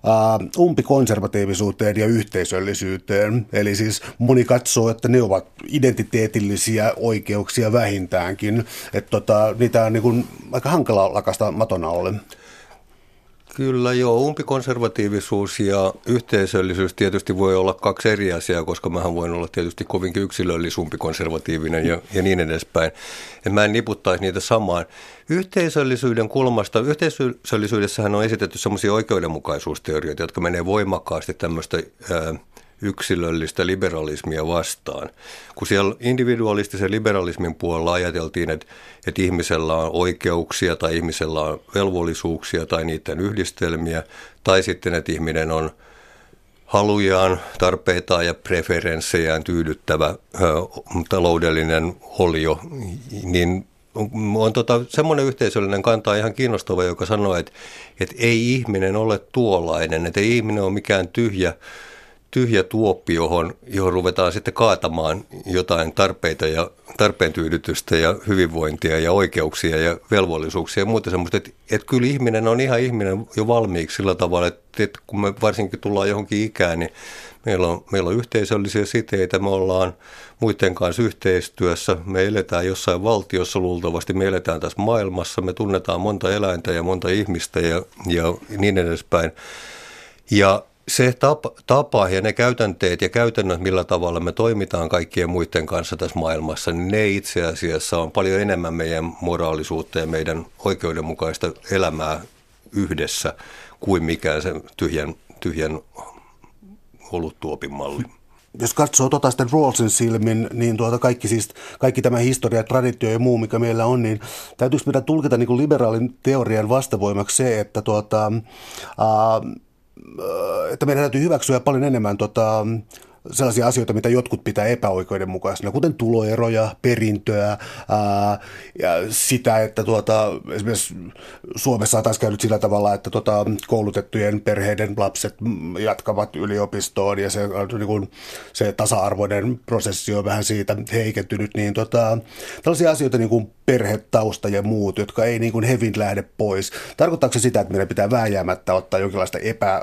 umpikonservatiivisuuteen ja yhteisöllisyyteen. Eli siis moni katsoo, että ne ovat identiteetillisiä oikeuksia vähintäänkin. Että niitä on niin kuin aika hankala lakasta maton alle. Kyllä joo, umpikonservatiivisuus ja yhteisöllisyys tietysti voi olla kaksi eri asiaa, koska mähän voin olla tietysti kovinkin yksilöllisumpikonservatiivinen ja niin edespäin. Ja mä en niputtaisi niitä samaan. Yhteisöllisyyden kulmasta, yhteisöllisyydessähän on esitetty sellaisia oikeudenmukaisuusteorioita, jotka menee voimakkaasti tämmöistä yksilöllistä liberalismia vastaan. Kun siellä individualistisen liberalismin puolella ajateltiin, että ihmisellä on oikeuksia tai ihmisellä on velvollisuuksia tai niiden yhdistelmiä, tai sitten, että ihminen on halujaan, tarpeitaan ja preferenssejään tyydyttävä taloudellinen olio, niin on semmoinen yhteisöllinen kanta ihan kiinnostava, joka sanoo, että ei ihminen ole tuollainen, että ei ihminen ole mikään tyhjä tuoppi, johon ruvetaan sitten kaatamaan jotain tarpeita ja tarpeen tyydytystä ja hyvinvointia ja oikeuksia ja velvollisuuksia ja muuta semmoista. Että kyllä ihminen on ihan ihminen jo valmiiksi sillä tavalla, että kun me varsinkin tullaan johonkin ikään, niin meillä on yhteisöllisiä siteitä, me ollaan muiden kanssa yhteistyössä, me eletään jossain valtiossa luultavasti, me eletään tässä maailmassa, me tunnetaan monta eläintä ja monta ihmistä ja niin edespäin. Ja se tapa ja ne käytänteet ja käytännöt, millä tavalla me toimitaan kaikkien muiden kanssa tässä maailmassa, niin ne itse asiassa on paljon enemmän meidän moraalisuutta ja meidän oikeudenmukaista elämää yhdessä kuin mikään se tyhjän oluttuopin malli. Jos katsoo sitten Rawlsin silmin, niin kaikki tämä historia, traditio ja muu, mikä meillä on, niin täytyykö meidän tulkita niin kuin liberaalin teorian vastavoimaksi se, että meidän täytyy hyväksyä paljon enemmän sellaisia asioita, mitä jotkut pitää epäoikeudenmukaisena, kuten tuloeroja, perintöä ja sitä, että esimerkiksi Suomessa on taas käynyt sillä tavalla, että koulutettujen perheiden lapset jatkavat yliopistoon ja se tasa-arvoinen prosessi on vähän siitä heikentynyt, niin tällaisia asioita niin kuin perhetausta ja muut, jotka ei niin kuin hevin lähde pois. Tarkoittaako se sitä, että meidän pitää vääjäämättä ottaa jonkinlaista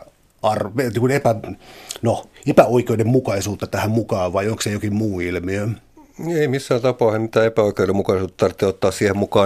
epäoikeudenmukaisuutta tähän mukaan, vai onko se jokin muu ilmiö? Ei missään tapauksessa mitään epäoikeudenmukaisuutta tarvitse ottaa siihen mukaan.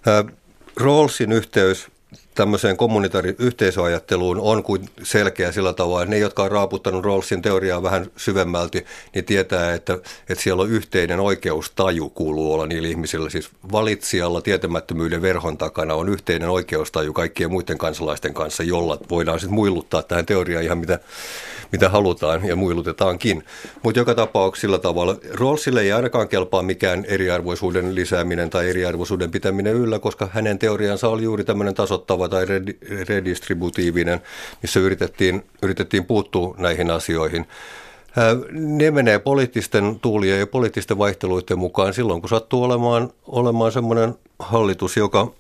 Rawlsin yhteys tämmöiseen yhteisöajatteluun on kuin selkeä sillä tavalla, että ne, jotka on raaputtanut Rawlsin teoriaa vähän syvemmälti, niin tietää, että siellä on yhteinen oikeustaju kuuluu olla niillä ihmisillä. Siis valitsijalla tietämättömyyden verhon takana on yhteinen oikeustaju kaikkien muiden kansalaisten kanssa, jolla voidaan sitten muiluttaa tähän teoriaan ihan mitä halutaan ja muilutetaankin. Mutta joka tapauksessa sillä tavalla Rawlsille ei ainakaan kelpaa mikään eriarvoisuuden lisääminen tai eriarvoisuuden pitäminen yllä, koska hänen teoriansa oli juuri tämmöinen tasoittava tai redistributiivinen, missä yritettiin puuttua näihin asioihin. Ne menee poliittisten tuulien ja poliittisten vaihteluiden mukaan silloin, kun sattuu olemaan semmoinen hallitus,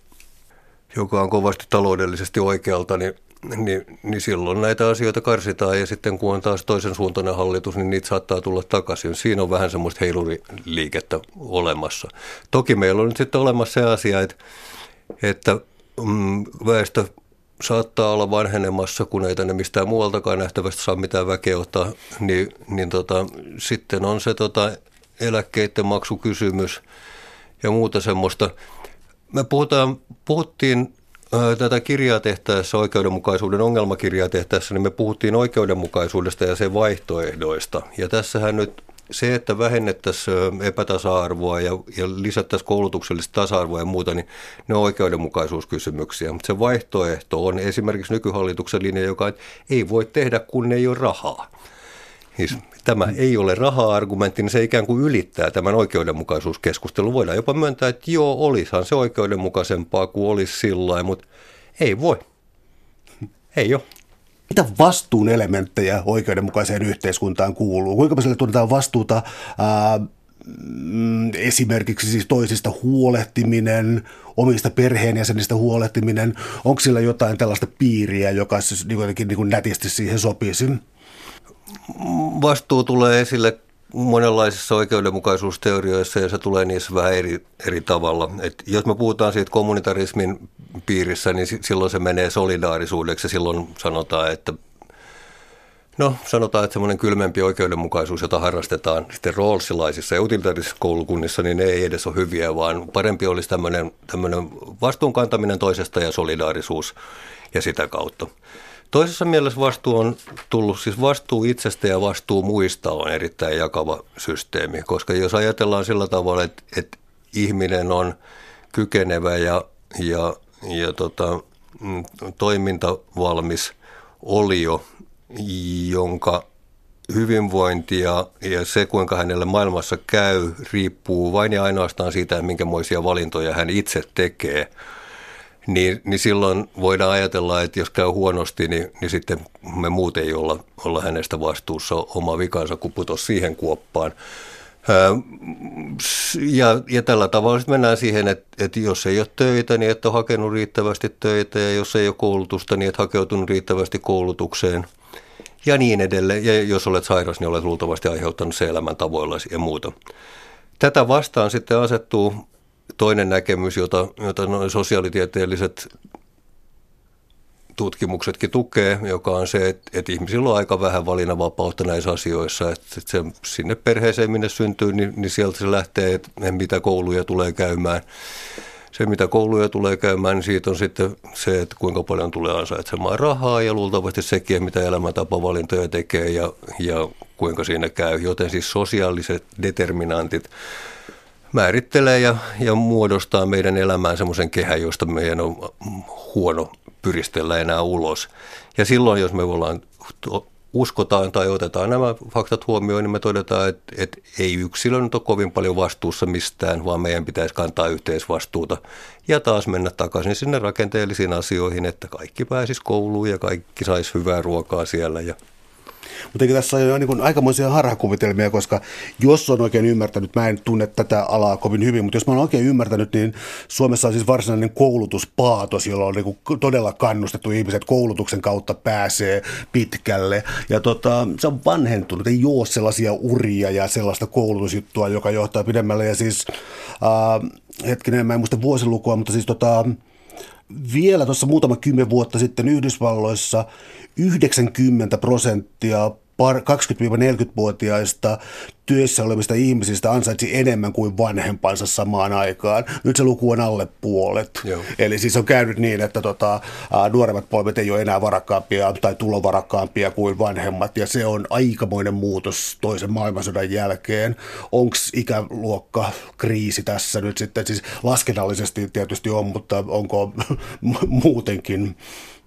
joka on kovasti taloudellisesti oikealta, niin silloin näitä asioita karsitaan ja sitten kun on taas toisen suuntainen hallitus, niin niitä saattaa tulla takaisin. Siinä on vähän semmoista heiluriliikettä olemassa. Toki meillä on nyt sitten olemassa se asia, että väestö saattaa olla vanhenemassa, kun ei tänne mistään muualtakaan nähtävästi saa mitään väkeä ottaa, niin sitten on se eläkkeiden maksukysymys ja muuta semmoista. Me puhuttiin tätä kirjaa tehtäessä, oikeudenmukaisuuden ongelmakirjaa tehtäessä, niin me puhuttiin oikeudenmukaisuudesta ja sen vaihtoehdoista. Ja tässähän nyt se, että vähennettäisiin epätasa-arvoa ja lisättäisiin koulutuksellista tasa-arvoa ja muuta, niin ne on oikeudenmukaisuuskysymyksiä. Mutta se vaihtoehto on esimerkiksi nykyhallituksen linja, joka ei voi tehdä, kun ei ole rahaa. Siis tämä ei ole raha-argumentti, niin se ikään kuin ylittää tämän oikeudenmukaisuuskeskustelun. Voidaan jopa myöntää, että joo, olisihan se oikeudenmukaisempaa kuin olisi sillain, mutta ei voi. Ei ole. Mitä vastuun elementtejä oikeudenmukaiseen yhteiskuntaan kuuluu? Kuinka sille tunnetaan vastuuta esimerkiksi siis toisista huolehtiminen, omista perheenjäsenistä huolehtiminen? Onko sillä jotain tällaista piiriä, joka siis jotenkin niin kuin nätisti siihen sopisi? Vastuu tulee esille monenlaisissa oikeudenmukaisuusteorioissa ja se tulee niissä vähän eri tavalla. Et jos me puhutaan siitä kommunitarismin piirissä, niin silloin se menee solidaarisuudeksi ja silloin sanotaan, että No sanotaan, että semmoinen kylmempi oikeudenmukaisuus, jota harrastetaan sitten roolsilaisissa ja utilitaarisissa koulukunnissa, niin ne ei edes ole hyviä, vaan parempi olisi tämmöinen vastuunkantaminen toisesta ja solidaarisuus ja sitä kautta. Toisessa mielessä vastuu on tullut, siis vastuu itsestä ja vastuu muista on erittäin jakava systeemi, koska jos ajatellaan sillä tavalla, että ihminen on kykenevä ja toimintavalmis olio, jonka hyvinvointi ja se, kuinka hänelle maailmassa käy, riippuu vain ja ainoastaan siitä, minkämoisia valintoja hän itse tekee. Niin silloin voidaan ajatella, että jos käy huonosti, niin sitten me muut ei olla hänestä vastuussa, oma vikansa, kun putosi siihen kuoppaan. Ja tällä tavalla sitten mennään siihen, että jos ei ole töitä, niin et ole hakenut riittävästi töitä, ja jos ei ole koulutusta, niin et hakeutunut riittävästi koulutukseen ja niin edelleen. Ja jos olet sairas, niin olet luultavasti aiheuttanut se elämäntavoillasi ja muuta. Tätä vastaan sitten asettuu toinen näkemys, jota sosiaalitieteelliset tutkimuksetkin tukee, joka on se, että ihmisillä on aika vähän valinnanvapautta näissä asioissa. Että se, sinne perheeseen, minne syntyy, niin sieltä se lähtee, että mitä kouluja tulee käymään. Se, mitä kouluja tulee käymään, niin siitä on sitten se, että kuinka paljon tulee ansaitsemaan rahaa ja luultavasti sekin, mitä elämäntapavalintoja tekee ja kuinka siinä käy. Joten siis sosiaaliset determinantit määrittelee ja muodostaa meidän elämään semmoisen kehän, josta meidän on huono pyristellä enää ulos. Ja silloin, jos me uskotaan tai otetaan nämä faktat huomioon, niin me todetaan, että ei yksilö nyt ole kovin paljon vastuussa mistään, vaan meidän pitäisi kantaa yhteisvastuuta ja taas mennä takaisin sinne rakenteellisiin asioihin, että kaikki pääsisi kouluun ja kaikki saisi hyvää ruokaa siellä ja mutta tässä on jo niin aikamoisia harhakuvitelmia, koska jos on oikein ymmärtänyt, mä en tunne tätä alaa kovin hyvin, mutta jos mä oon oikein ymmärtänyt, niin Suomessa on siis varsinainen koulutuspaatos, jolla on niin todella kannustettu ihmiset koulutuksen kautta pääsee pitkälle. Ja se on vanhentunut, ei ole sellaisia uria ja sellaista koulutusjuttua, joka johtaa pidemmälle. Ja siis hetkinen, mä en muista vuosilukua, mutta siis vielä tuossa muutama 10 vuotta sitten Yhdysvalloissa 90% 20-40-vuotiaista työssä olevista ihmisistä ansaitsi enemmän kuin vanhempansa samaan aikaan. Nyt se luku on alle puolet. Joo. Eli siis on käynyt niin, että nuoremmat polvet ei ole enää varakkaampia tai tulovarakkaampia kuin vanhemmat, ja se on aikamoinen muutos toisen maailmansodan jälkeen. Onko ikäluokka kriisi tässä nyt sitten? Siis laskennallisesti tietysti on, mutta onko muutenkin?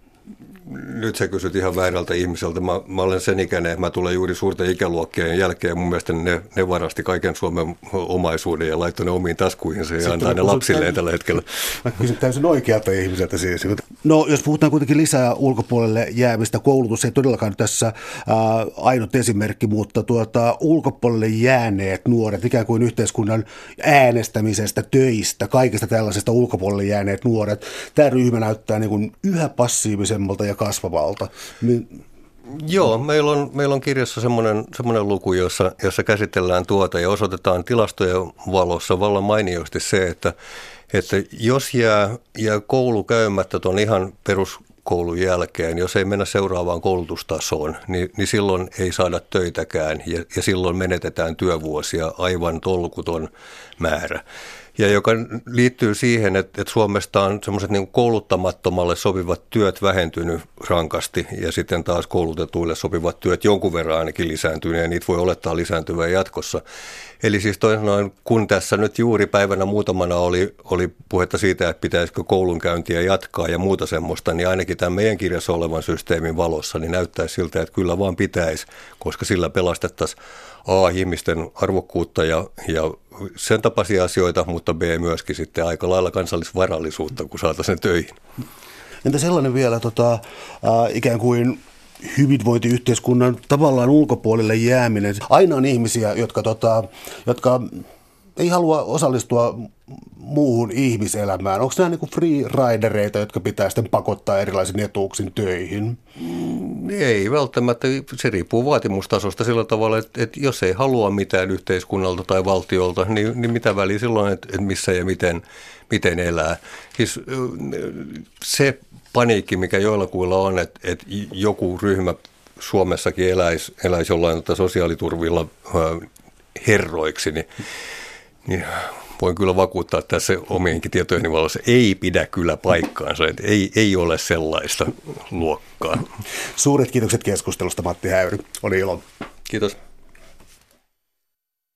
Nyt sä kysyt ihan väärältä ihmiseltä. Mä olen sen ikäinen, että mä tulen juuri suurten ikäluokkien jälkeen, ja mun mielestä ne varasti kaiken Suomen omaisuuden ja laittoi ne omiin taskuihinsa ja antaa ne lapsilleen tällä hetkellä. Mä kysyn täysin oikealta ihmiseltä siis. No jos puhutaan kuitenkin lisää ulkopuolelle jäämistä, koulutus ei todellakaan tässä ainut esimerkki, mutta ulkopuolelle jääneet nuoret, ikään kuin yhteiskunnan äänestämisestä, töistä, kaikesta tällaisesta ulkopuolelle jääneet nuoret, tämä ryhmä näyttää niin kuin yhä passiivisemmalta ja kasvavalta. Joo, meillä on kirjassa semmoinen luku, jossa käsitellään tuota ja osoitetaan tilastojen valossa vallan mainiosti se, että jos jää koulu käymättä tuon ihan peruskoulun jälkeen, jos ei mennä seuraavaan koulutustasoon, niin silloin ei saada töitäkään ja silloin menetetään työvuosia aivan tolkuton määrä. Ja joka liittyy siihen, että Suomesta on semmoiset niin kouluttamattomalle sopivat työt vähentynyt rankasti ja sitten taas koulutetuille sopivat työt jonkun verran ainakin lisääntyneet ja niitä voi olettaa lisääntyvän jatkossa. Eli siis toisin sanoen, kun tässä nyt juuri päivänä muutamana oli puhetta siitä, että pitäisikö koulunkäyntiä jatkaa ja muuta semmoista, niin ainakin tämän meidän kirjassa olevan systeemin valossa niin näyttäisi siltä, että kyllä vaan pitäisi, koska sillä pelastettaisiin ihmisten arvokkuutta ja sen tapaisia asioita, mutta B myöskin sitten aika lailla kansallisvarallisuutta, kun saataisiin töihin. Entä sellainen vielä ikään kuin hyvinvointiyhteiskunnan tavallaan ulkopuolelle jääminen? Aina on ihmisiä, jotka ei halua osallistua muuhun ihmiselämään. Onko nämä niin kuin free-ridereita, jotka pitää sitten pakottaa erilaisin etuuksin töihin? Ei välttämättä. Se riippuu vaatimustasosta sillä tavalla, että jos ei halua mitään yhteiskunnalta tai valtiolta, niin mitä väliä silloin, että missä ja miten elää. Siis se paniikki, mikä joillakuilla on, että joku ryhmä Suomessakin eläisi jollain sosiaaliturvilla herroiksi, niin voin kyllä vakuuttaa tässä omienkin tietojeni valossa, ei pidä kyllä paikkaansa, että ei ole sellaista luokkaa. Suuret kiitokset keskustelusta, Matti Häyry. Oli ilo. Kiitos.